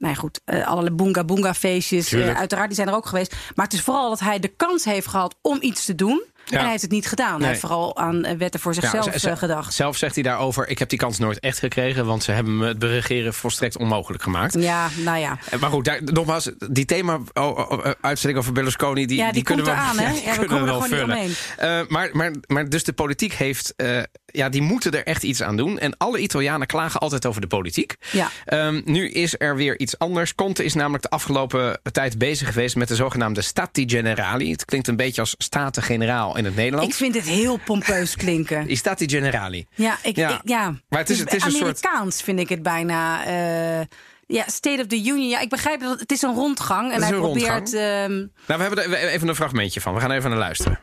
nou ja, goed, uh, allerlei boonga boonga feestjes. Uh, uiteraard, die zijn er ook geweest. Maar het is vooral dat hij de kans heeft gehad om iets te doen. Ja. En hij heeft het niet gedaan. Nee. Hij heeft vooral aan wetten voor zichzelf ja, z- z- gedacht.
Zelf zegt hij daarover, ik heb die kans nooit echt gekregen, want ze hebben me het beregeren volstrekt onmogelijk gemaakt.
Ja, nou ja.
Maar goed, daar, nogmaals, die thema-uitzending over Berlusconi, die,
ja, die,
die
komt
kunnen we,
eraan, hè? Ja, ja, we komen er gewoon
vullen. niet omheen. Uh, maar, maar, maar dus de politiek heeft, uh, ja, die moeten er echt iets aan doen. En alle Italianen klagen altijd over de politiek.
Ja.
Um, nu is er weer iets anders. Conte is namelijk de afgelopen tijd bezig geweest met de zogenaamde Stati Generali. Het klinkt een beetje als Staten-Generaal in het Nederlands.
Ik vind het heel pompeus klinken.
I Stati Generali.
Ja, ik,
ja.
Ik, ja.
Maar het is, het is een
Amerikaans
soort...
vind ik het bijna. Uh, ja, State of the Union. Ja, ik begrijp dat het is een rondgang. En hij probeert... Uh...
Nou, we hebben er even een fragmentje van. We gaan even naar luisteren.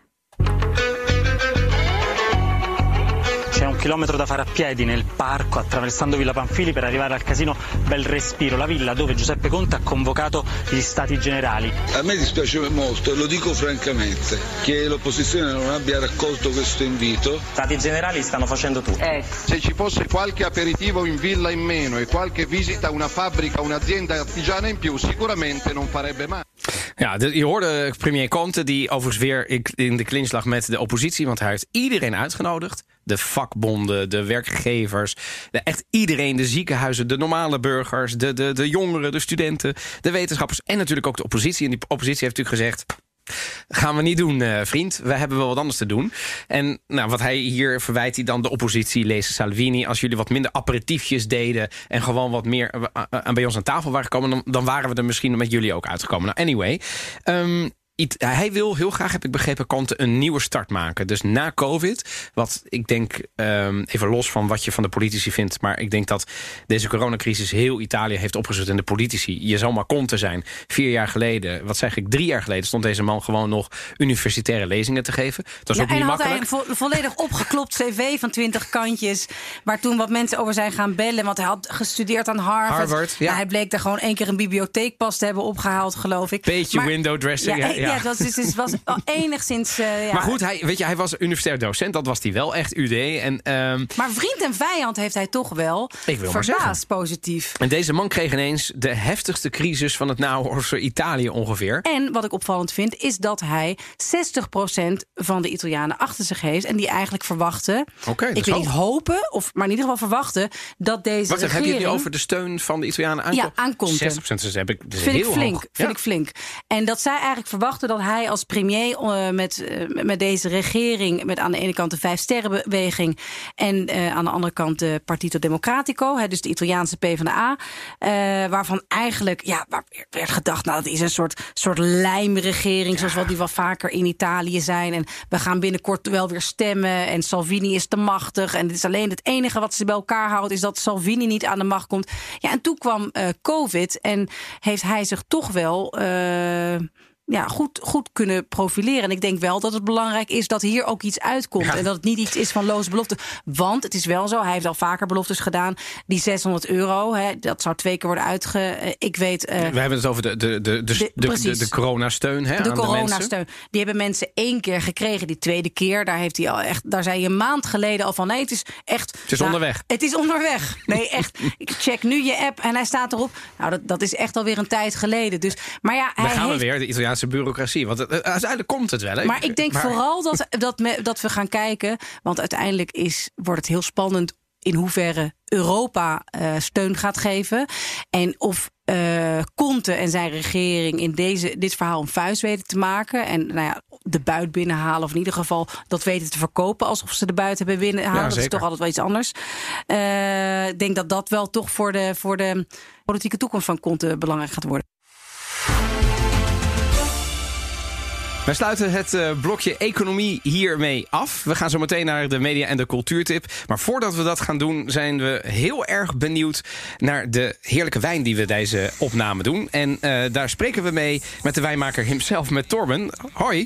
C'è un chilometro da fare a piedi nel parco attraversando Villa Pamphili per arrivare al casino Bel Respiro, la villa dove Giuseppe Conte ha convocato gli Stati Generali.
A me dispiace molto, e lo dico francamente, che l'opposizione non abbia raccolto questo invito.
Stati Generali stanno facendo tutto.
Eh. Se ci fosse qualche aperitivo in villa in meno e qualche visita a una fabbrica, un'azienda artigiana in più, sicuramente non farebbe male.
Ja, de, je hoorde premier Conte, die overigens weer in de clinch lag met de oppositie, want hij heeft iedereen uitgenodigd. De vakbonden, de werkgevers, de, echt iedereen, de ziekenhuizen, de normale burgers, de, de, de jongeren, de studenten, de wetenschappers en natuurlijk ook de oppositie. En die oppositie heeft natuurlijk gezegd, gaan we niet doen, uh, vriend. We hebben wel wat anders te doen. En nou, wat hij hier verwijt hij dan de oppositie, lees Salvini. Als jullie wat minder aperitiefjes deden en gewoon wat meer uh, uh, bij ons aan tafel waren gekomen, dan, dan waren we er misschien met jullie ook uitgekomen. Nou, anyway. Um, Hij wil heel graag, heb ik begrepen, Conte een nieuwe start maken. Dus na COVID, wat ik denk, um, even los van wat je van de politici vindt, maar ik denk dat deze coronacrisis heel Italië heeft opgezocht. En de politici, je zal maar Conte zijn. Vier jaar geleden, wat zeg ik, drie jaar geleden stond deze man gewoon nog universitaire lezingen te geven. Dat was
ja,
ook niet
en
makkelijk.
En had hij een vo- volledig opgeklopt cv van twintig kantjes, waar toen wat mensen over zijn gaan bellen, want hij had gestudeerd aan Harvard.
Harvard ja.
Nou, hij bleek daar gewoon één keer een bibliotheekpas te hebben opgehaald, geloof ik.
Beetje maar, window dressing.
Ja,
ja, ja.
ja het was, dus, het was enigszins... Uh, ja.
Maar goed, hij, weet je, hij was universitair docent, dat was hij wel echt, U D. En, um,
maar vriend en vijand heeft hij toch wel verbaasd positief.
En deze man kreeg ineens de heftigste crisis van het naoorlogse Italië ongeveer.
En wat ik opvallend vind, is dat hij zestig procent van de Italianen achter zich heeft en die eigenlijk verwachten,
okay,
ik weet niet hopen, of, maar in ieder geval verwachten, dat deze
Wacht,
regering...
heb je het nu over de steun van de Italianen aankomt?
Ja, aankomt.
zestig procent dus heb ik, dus
vind
heel
ik flink,
hoog.
Vind
ja.
ik flink. En dat zij eigenlijk verwachten dat hij als premier uh, met, uh, met deze regering, met aan de ene kant de Vijf Sterrenbeweging en uh, aan de andere kant de Partito Democratico, hè, dus de Italiaanse PvdA, uh, waarvan eigenlijk ja, waar werd gedacht, nou, dat is een soort, soort lijmregering, ja. zoals wat die wel vaker in Italië zijn. En we gaan binnenkort wel weer stemmen en Salvini is te machtig. En het is alleen het enige wat ze bij elkaar houdt, is dat Salvini niet aan de macht komt. Ja, en toen kwam uh, COVID en heeft hij zich toch wel Uh, ja, goed, goed kunnen profileren. En ik denk wel dat het belangrijk is dat hier ook iets uitkomt. Ja. En dat het niet iets is van loze beloften. Want het is wel zo, hij heeft al vaker beloftes gedaan. Die zeshonderd euro, hè, dat zou twee keer worden uitge... Ik weet... Uh,
We hebben het over de, de, de, de, de, de, de, de coronasteun. Hè,
de
aan
coronasteun. De die hebben mensen één keer gekregen. Die tweede keer, daar, heeft hij al echt, daar zei je een maand geleden al van, nee, het is echt...
Het is
nou,
onderweg.
Het is onderweg. Nee, echt. Ik check nu je app en hij staat erop. Nou, dat, dat is echt alweer een tijd geleden. Dus, maar ja,
Daar
hij
gaan
heeft...
we weer, de Italiaanse bureaucratie. Want het, uiteindelijk komt het wel. Hè?
Maar ik denk maar... vooral dat, dat, me, dat we gaan kijken. Want uiteindelijk is, wordt het heel spannend in hoeverre Europa uh, steun gaat geven. En of uh, Conte en zijn regering in deze, dit verhaal een vuist weten te maken. En nou ja, de buit binnenhalen. Of in ieder geval dat weten te verkopen. Alsof ze de buit hebben binnenhalen. Ja, dat is toch altijd wel iets anders. Uh, ik denk dat dat wel toch voor de, voor de politieke toekomst van Conte belangrijk gaat worden.
Wij sluiten het uh, blokje economie hiermee af. We gaan zo meteen naar de media en de cultuurtip. Maar voordat we dat gaan doen, zijn we heel erg benieuwd naar de heerlijke wijn die we deze opname doen. En uh, daar spreken we mee met de wijnmaker himself, met Torben. Hoi.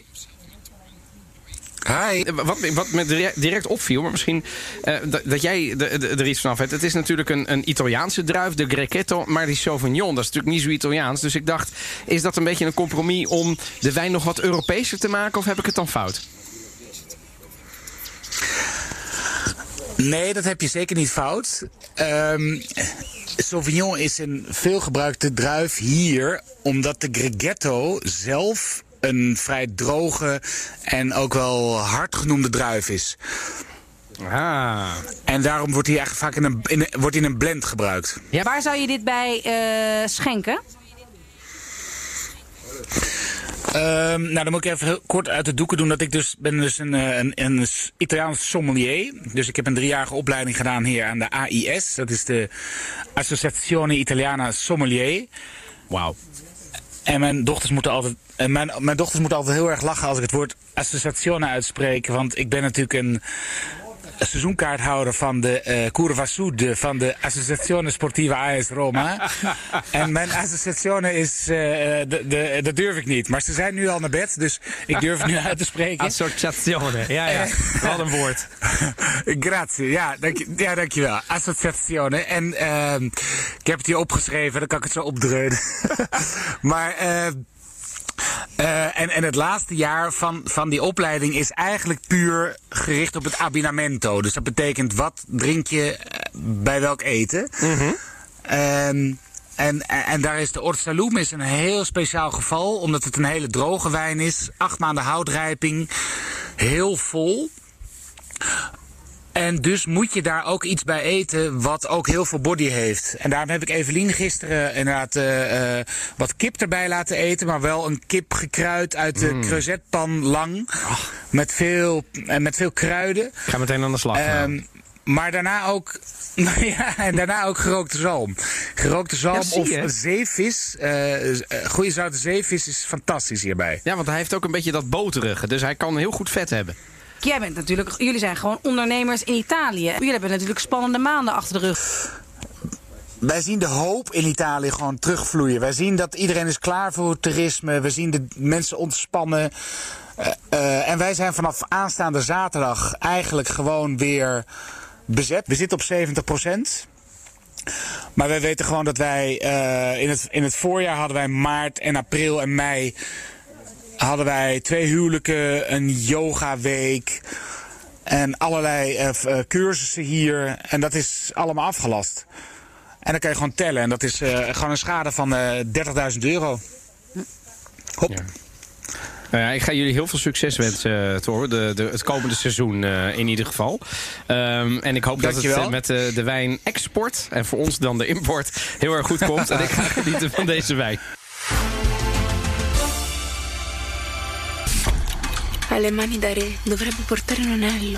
Hi.
Wat, wat me direct opviel, maar misschien uh, dat, dat jij er iets vanaf hebt. Het is natuurlijk een, een Italiaanse druif, de Grechetto, maar die Sauvignon, dat is natuurlijk niet zo Italiaans. Dus ik dacht, is dat een beetje een compromis om de wijn nog wat Europeeser te maken, of heb ik het dan fout?
Nee, dat heb je zeker niet fout. Um, Sauvignon is een veelgebruikte druif hier, omdat de Greghetto zelf een vrij droge en ook wel hard genoemde druif is.
Ah.
En daarom wordt hij eigenlijk vaak in een, in een, wordt in een blend gebruikt.
Ja. Waar zou je dit bij uh, schenken?
Um, nou, dan moet ik even heel kort uit de doeken doen dat ik dus ben dus een, een, een Italiaans sommelier. Dus ik heb een driejarige opleiding gedaan hier aan de A I S. Dat is de Associazione Italiana Sommelier.
Wauw.
En mijn dochters moeten altijd, mijn, mijn dochters moeten altijd heel erg lachen als ik het woord associazione uitspreek. Want ik ben natuurlijk een seizoenkaarthouder van de uh, Curva Sud van de Associazione Sportiva A S Roma. En mijn associazione is, uh, de, de, dat durf ik niet. Maar ze zijn nu al naar bed, dus ik durf het nu uit te spreken.
Associazione, ja, ja. Wat een woord.
Grazie, ja, dank, ja, dankjewel. Associazione. En uh, ik heb het hier opgeschreven, dan kan ik het zo opdreunen. maar... Uh, Uh, en, en het laatste jaar van, van die opleiding is eigenlijk puur gericht op het abbinamento. Dus dat betekent wat drink je bij welk eten. Mm-hmm. Um, en, en daar is de Ortsaloem is een heel speciaal geval, omdat het een hele droge wijn is. Acht maanden houtrijping, heel vol. En dus moet je daar ook iets bij eten wat ook heel veel body heeft. En daarom heb ik Evelien gisteren inderdaad uh, uh, wat kip erbij laten eten. Maar wel een kip gekruid uit de mm. creusetpan lang. Oh. Met, veel, uh, met veel kruiden.
Ik ga meteen aan de slag.
Um, maar daarna ook... ja, en daarna ook gerookte zalm. Gerookte zalm ja, of zeevis. Uh, goede zoute zeevis is fantastisch hierbij.
Ja, want hij heeft ook een beetje dat boterige. Dus hij kan heel goed vet hebben.
Jij bent natuurlijk, jullie zijn gewoon ondernemers in Italië. Jullie hebben natuurlijk spannende maanden achter de rug.
Wij zien de hoop in Italië gewoon terugvloeien. Wij zien dat iedereen is klaar voor het toerisme. We zien de mensen ontspannen. Uh, uh, en wij zijn vanaf aanstaande zaterdag eigenlijk gewoon weer bezet. We zitten op zeventig procent. Maar wij weten gewoon dat wij uh, in, het, in het voorjaar hadden wij maart en april en mei... hadden wij twee huwelijken, een yogaweek en allerlei uh, cursussen hier. En dat is allemaal afgelast. En dan kan je gewoon tellen. En dat is uh, gewoon een schade van uh, dertigduizend euro. Hop.
Ja. Nou ja, ik ga jullie heel veel succes wensen, Thor. De, de, het komende seizoen uh, in ieder geval. Um, en ik hoop Dankjewel. dat het uh, met de, de wijn-export en voor ons dan de import heel erg goed komt. En ik ga genieten van deze wijn.
Alle mani da re dovrebbe portare un anello.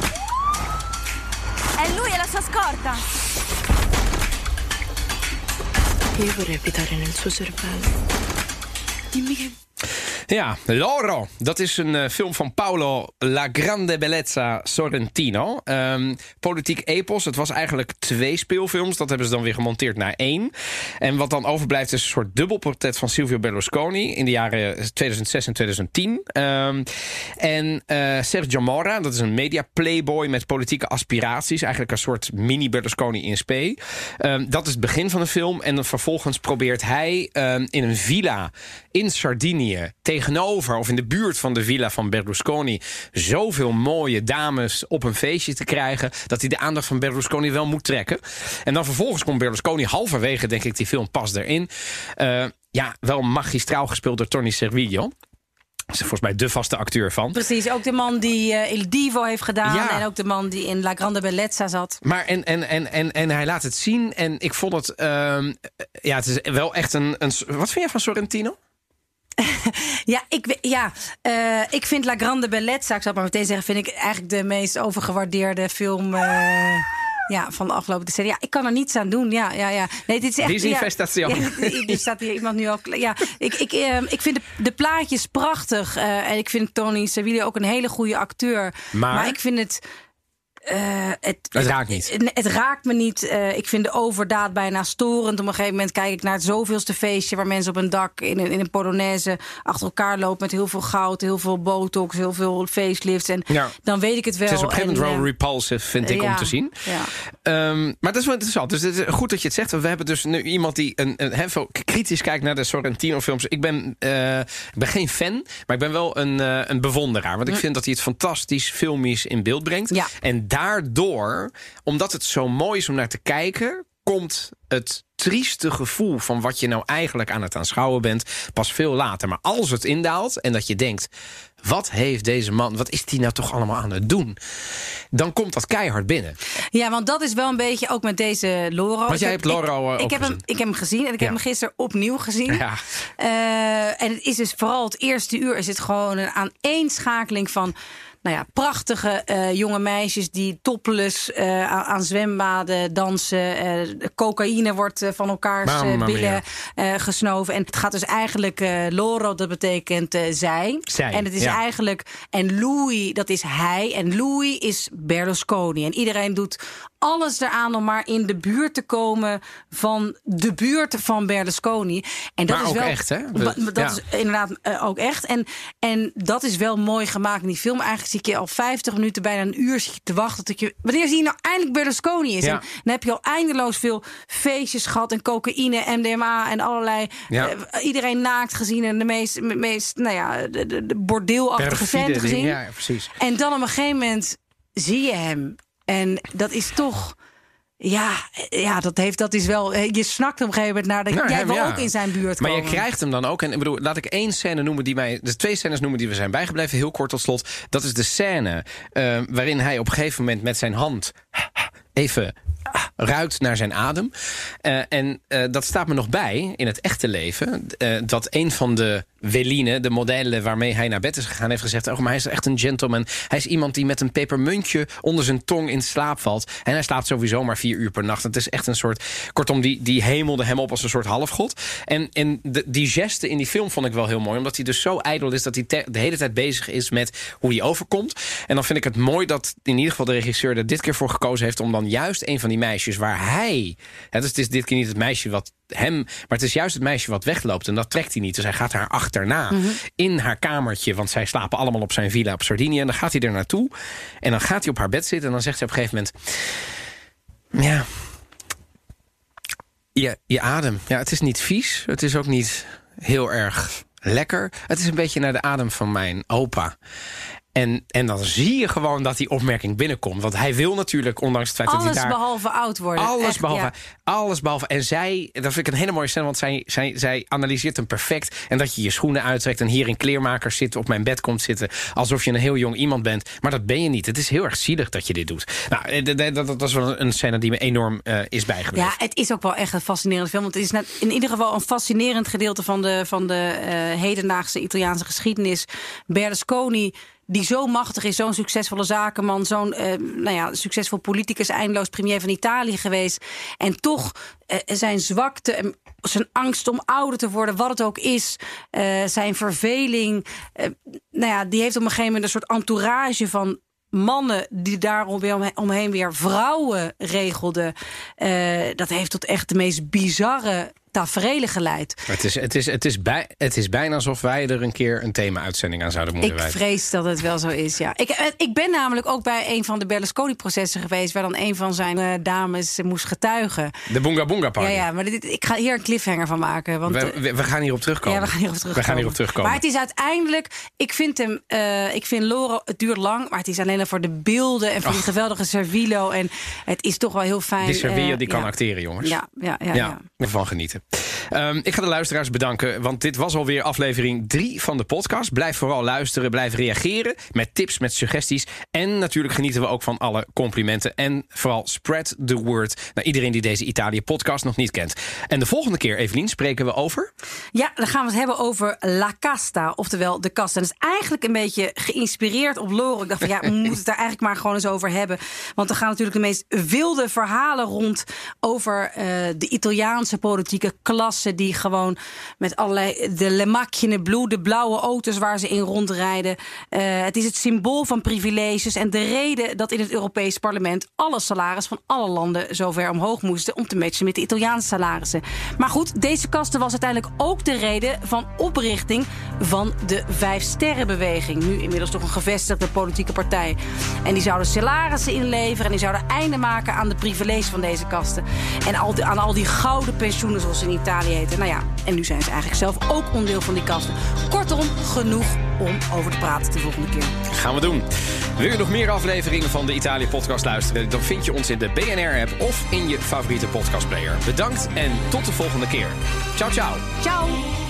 È lui e la sua scorta.
Io vorrei abitare nel suo cervello. Dimmi che...
Ja, Loro. Dat is een uh, film van Paolo La Grande Bellezza Sorrentino. Um, politiek epos. Het was eigenlijk twee speelfilms. Dat hebben ze dan weer gemonteerd naar één. En wat dan overblijft is een soort dubbelportret van Silvio Berlusconi in de jaren tweeduizend zes en tweeduizend tien. Um, en uh, Sergio Mora, dat is een media playboy met politieke aspiraties. Eigenlijk een soort mini Berlusconi in spe. Um, dat is het begin van de film. En dan vervolgens probeert hij um, in een villa in Sardinië tegenover of in de buurt van de villa van Berlusconi zoveel mooie dames op een feestje te krijgen dat hij de aandacht van Berlusconi wel moet trekken. En dan vervolgens komt Berlusconi halverwege, denk ik, die film past erin. Uh, ja, wel magistraal gespeeld door Tony Servillo. Dat is volgens mij de vaste acteur van.
Precies, ook de man die uh, Il Divo heeft gedaan. Ja. En ook de man die in La Grande Bellezza zat.
Maar en, en, en, en, en hij laat het zien. En ik vond het... Uh, ja, het is wel echt een, een... Wat vind jij van Sorrentino?
ja, ik, ja uh, ik vind La Grande Bellezza, ik zal maar meteen zeggen, vind ik eigenlijk de meest overgewaardeerde film uh, ja, van de afgelopen decennia. Ja, ik kan er niets aan doen. Ja, ja, ja. Nee, dit is echt.
Disinvestation.
Ja, ja, er staat hier iemand nu al. Ja, ik, ik, uh, ik vind de, de plaatjes prachtig. Uh, en ik vind Tony Servillo ook een hele goede acteur. Maar, maar ik vind het. Uh, het,
het raakt niet.
Het, het raakt me niet. Uh, ik vind de overdaad bijna storend. Op een gegeven moment kijk ik naar het zoveelste feestje waar mensen op een dak in een, in een Polonaise achter elkaar lopen met heel veel goud, heel veel botox, heel veel facelifts. En ja. dan weet ik het wel.
Het is op een gegeven moment wel repulsive, vind ik, uh, ja, om te zien. Ja. Um, maar dat is wel interessant. Dus het is goed dat je het zegt. We hebben dus nu iemand die een, een, heel kritisch kijkt naar de Sorrentino-films. Ik ben, uh, ik ben geen fan, maar ik ben wel een, uh, een bewonderaar. Want ik vind dat hij het fantastisch filmisch in beeld brengt. Ja. En daardoor, omdat het zo mooi is om naar te kijken, komt het trieste gevoel van wat je nou eigenlijk aan het aanschouwen bent pas veel later. Maar als het indaalt en dat je denkt, wat heeft deze man, wat is die nou toch allemaal aan het doen? Dan komt dat keihard binnen.
Ja, want dat is wel een beetje ook met deze Loro.
Want jij hebt Loro
ik, ik, heb hem, ik heb hem gezien en ik ja. heb hem gisteren opnieuw gezien. Ja. Uh, en het is dus vooral het eerste uur is het gewoon een aaneenschakeling van nou ja, prachtige uh, jonge meisjes die topless uh, aan, aan zwembaden dansen. Uh, cocaïne wordt uh, van elkaars uh, billen uh, gesnoven. En het gaat dus eigenlijk uh, Loro, dat betekent uh, zij.
zij.
En het is ja. eigenlijk. En Louis, dat is hij. En Louis is Berlusconi. En iedereen doet alles eraan om maar in de buurt te komen van de buurt van Berlusconi. En dat
maar
is
ook
wel
echt, hè?
Dat ja. is inderdaad uh, ook echt. En, en dat is wel mooi gemaakt in die film. Eigenlijk zie je al vijftig minuten, bijna een uur zit je te wachten tot je. Wanneer zie je nou eindelijk Berlusconi is? Ja. En dan heb je al eindeloos veel feestjes gehad en cocaïne, M D M A en allerlei. Ja. Uh, iedereen naakt gezien en de meest, meest nou ja, de, de, de bordeelachtige centen gezien.
Ja, precies.
En dan op een gegeven moment zie je hem. En dat is toch. Ja, ja dat, heeft, dat is wel. Je snakt op een gegeven moment naar. Dat, nou, jij hem, wil ja. ook in zijn buurt komen.
Maar je krijgt hem dan ook. En ik bedoel, laat ik één scène noemen die mij. De twee scènes noemen die we zijn bijgebleven. Heel kort tot slot. Dat is de scène uh, waarin hij op een gegeven moment met zijn hand even ruikt naar zijn adem. Uh, en uh, dat staat me nog bij in het echte leven. Uh, dat een van de Weline, de modellen waarmee hij naar bed is gegaan, heeft gezegd, oh, maar hij is echt een gentleman. Hij is iemand die met een pepermuntje onder zijn tong in slaap valt. En hij slaapt sowieso maar vier uur per nacht. Het is echt een soort. Kortom, die, die hemelde hem op als een soort halfgod. En, en de, die geste in die film vond ik wel heel mooi. Omdat hij dus zo ijdel is dat hij te, de hele tijd bezig is met hoe hij overkomt. En dan vind ik het mooi dat in ieder geval de regisseur er dit keer voor gekozen heeft om dan juist een van die meisjes waar hij. Hè, dus het is dit keer niet het meisje wat hem. Maar het is juist het meisje wat wegloopt. En dat trekt hij niet. Dus hij gaat haar achterna. Mm-hmm. In haar kamertje. Want zij slapen allemaal op zijn villa op Sardinië. En dan gaat hij er naartoe. En dan gaat hij op haar bed zitten. En dan zegt hij op een gegeven moment. Ja. Je, je adem. Ja, het is niet vies. Het is ook niet heel erg lekker. Het is een beetje naar de adem van mijn opa. En, en dan zie je gewoon dat die opmerking binnenkomt. Want hij wil natuurlijk, ondanks het feit
alles
dat hij daar.
Alles behalve oud worden.
Alles
Echt,
behalve.
Ja.
Alles behalve. En zij, dat vind ik een hele mooie scène, want zij, zij, zij analyseert hem perfect. En dat je je schoenen uittrekt en hier in kleermakers zit, op mijn bed komt zitten. Alsof je een heel jong iemand bent. Maar dat ben je niet. Het is heel erg zielig dat je dit doet. Nou, dat, dat, dat is wel een scène die me enorm uh, is bijgebleven.
Ja, het is ook wel echt een fascinerende film. Want het is net, in ieder geval een fascinerend gedeelte van de, van de uh, hedendaagse Italiaanse geschiedenis. Berlusconi, die zo machtig is, zo'n succesvolle zakenman, zo'n uh, nou ja, succesvol politicus, eindeloos premier van Italië geweest. En toch uh, zijn zwakte, zijn angst om ouder te worden, wat het ook is, uh, zijn verveling. Uh, nou ja, die heeft op een gegeven moment een soort entourage van mannen die daarom weer omheen weer vrouwen regelden. Uh, dat heeft tot echt de meest bizarre taferelen geleid.
Het is, het, is, het, is bij, het is bijna alsof wij er een keer een thema-uitzending aan zouden moeten wijden.
Ik vrees dat het wel zo is, ja. Ik, ik ben namelijk ook bij een van de Berlusconi-processen geweest, waar dan een van zijn uh, dames moest getuigen.
De Boonga Boonga Party.
Ja, ja, maar dit, ik ga hier een cliffhanger van maken. Want,
we, we, we gaan hierop terugkomen.
Ja, we gaan hierop terugkomen.
We gaan hierop terugkomen.
Maar het is uiteindelijk, ik vind hem, uh, ik vind Loro, het duurt lang, maar het is alleen voor de beelden en voor Och. die geweldige Servillo. En het is toch wel heel fijn.
Die Servillo,
uh,
die kan
ja.
acteren, jongens.
Ja, ja, ja.
ja, ja. Ervan genieten. Um, ik ga de luisteraars bedanken, want dit was alweer aflevering drie van de podcast. Blijf vooral luisteren, blijf reageren met tips, met suggesties. En natuurlijk genieten we ook van alle complimenten. En vooral spread the word naar iedereen die deze Italië-podcast nog niet kent. En de volgende keer, Evelien, spreken we over?
Ja, dan gaan we het hebben over La Casta, oftewel de kast. En dat is eigenlijk een beetje geïnspireerd op Loro. Ik dacht van ja, we moeten het daar eigenlijk maar gewoon eens over hebben. Want er gaan natuurlijk de meest wilde verhalen rond over uh, de Italiaanse politieke klasse die gewoon met allerlei de Le Macchine Blu, de blauwe auto's waar ze in rondrijden. Uh, het is het symbool van privileges en de reden dat in het Europees Parlement alle salaris van alle landen zover omhoog moesten om te matchen met de Italiaanse salarissen. Maar goed, deze kasten was uiteindelijk ook de reden van oprichting van de Vijfsterrenbeweging. Nu inmiddels toch een gevestigde politieke partij. En die zouden salarissen inleveren en die zouden einde maken aan de privileges van deze kasten. En al die, aan al die gouden pensioenen zoals zoals ze in Italië heten. Nou ja, en nu zijn ze eigenlijk zelf ook onderdeel van die kasten. Kortom, genoeg om over te praten de volgende keer.
Gaan we doen. Wil je nog meer afleveringen van de Italië-podcast luisteren? Dan vind je ons in de B N R-app of in je favoriete podcastplayer. Bedankt en tot de volgende keer. Ciao, ciao.
Ciao.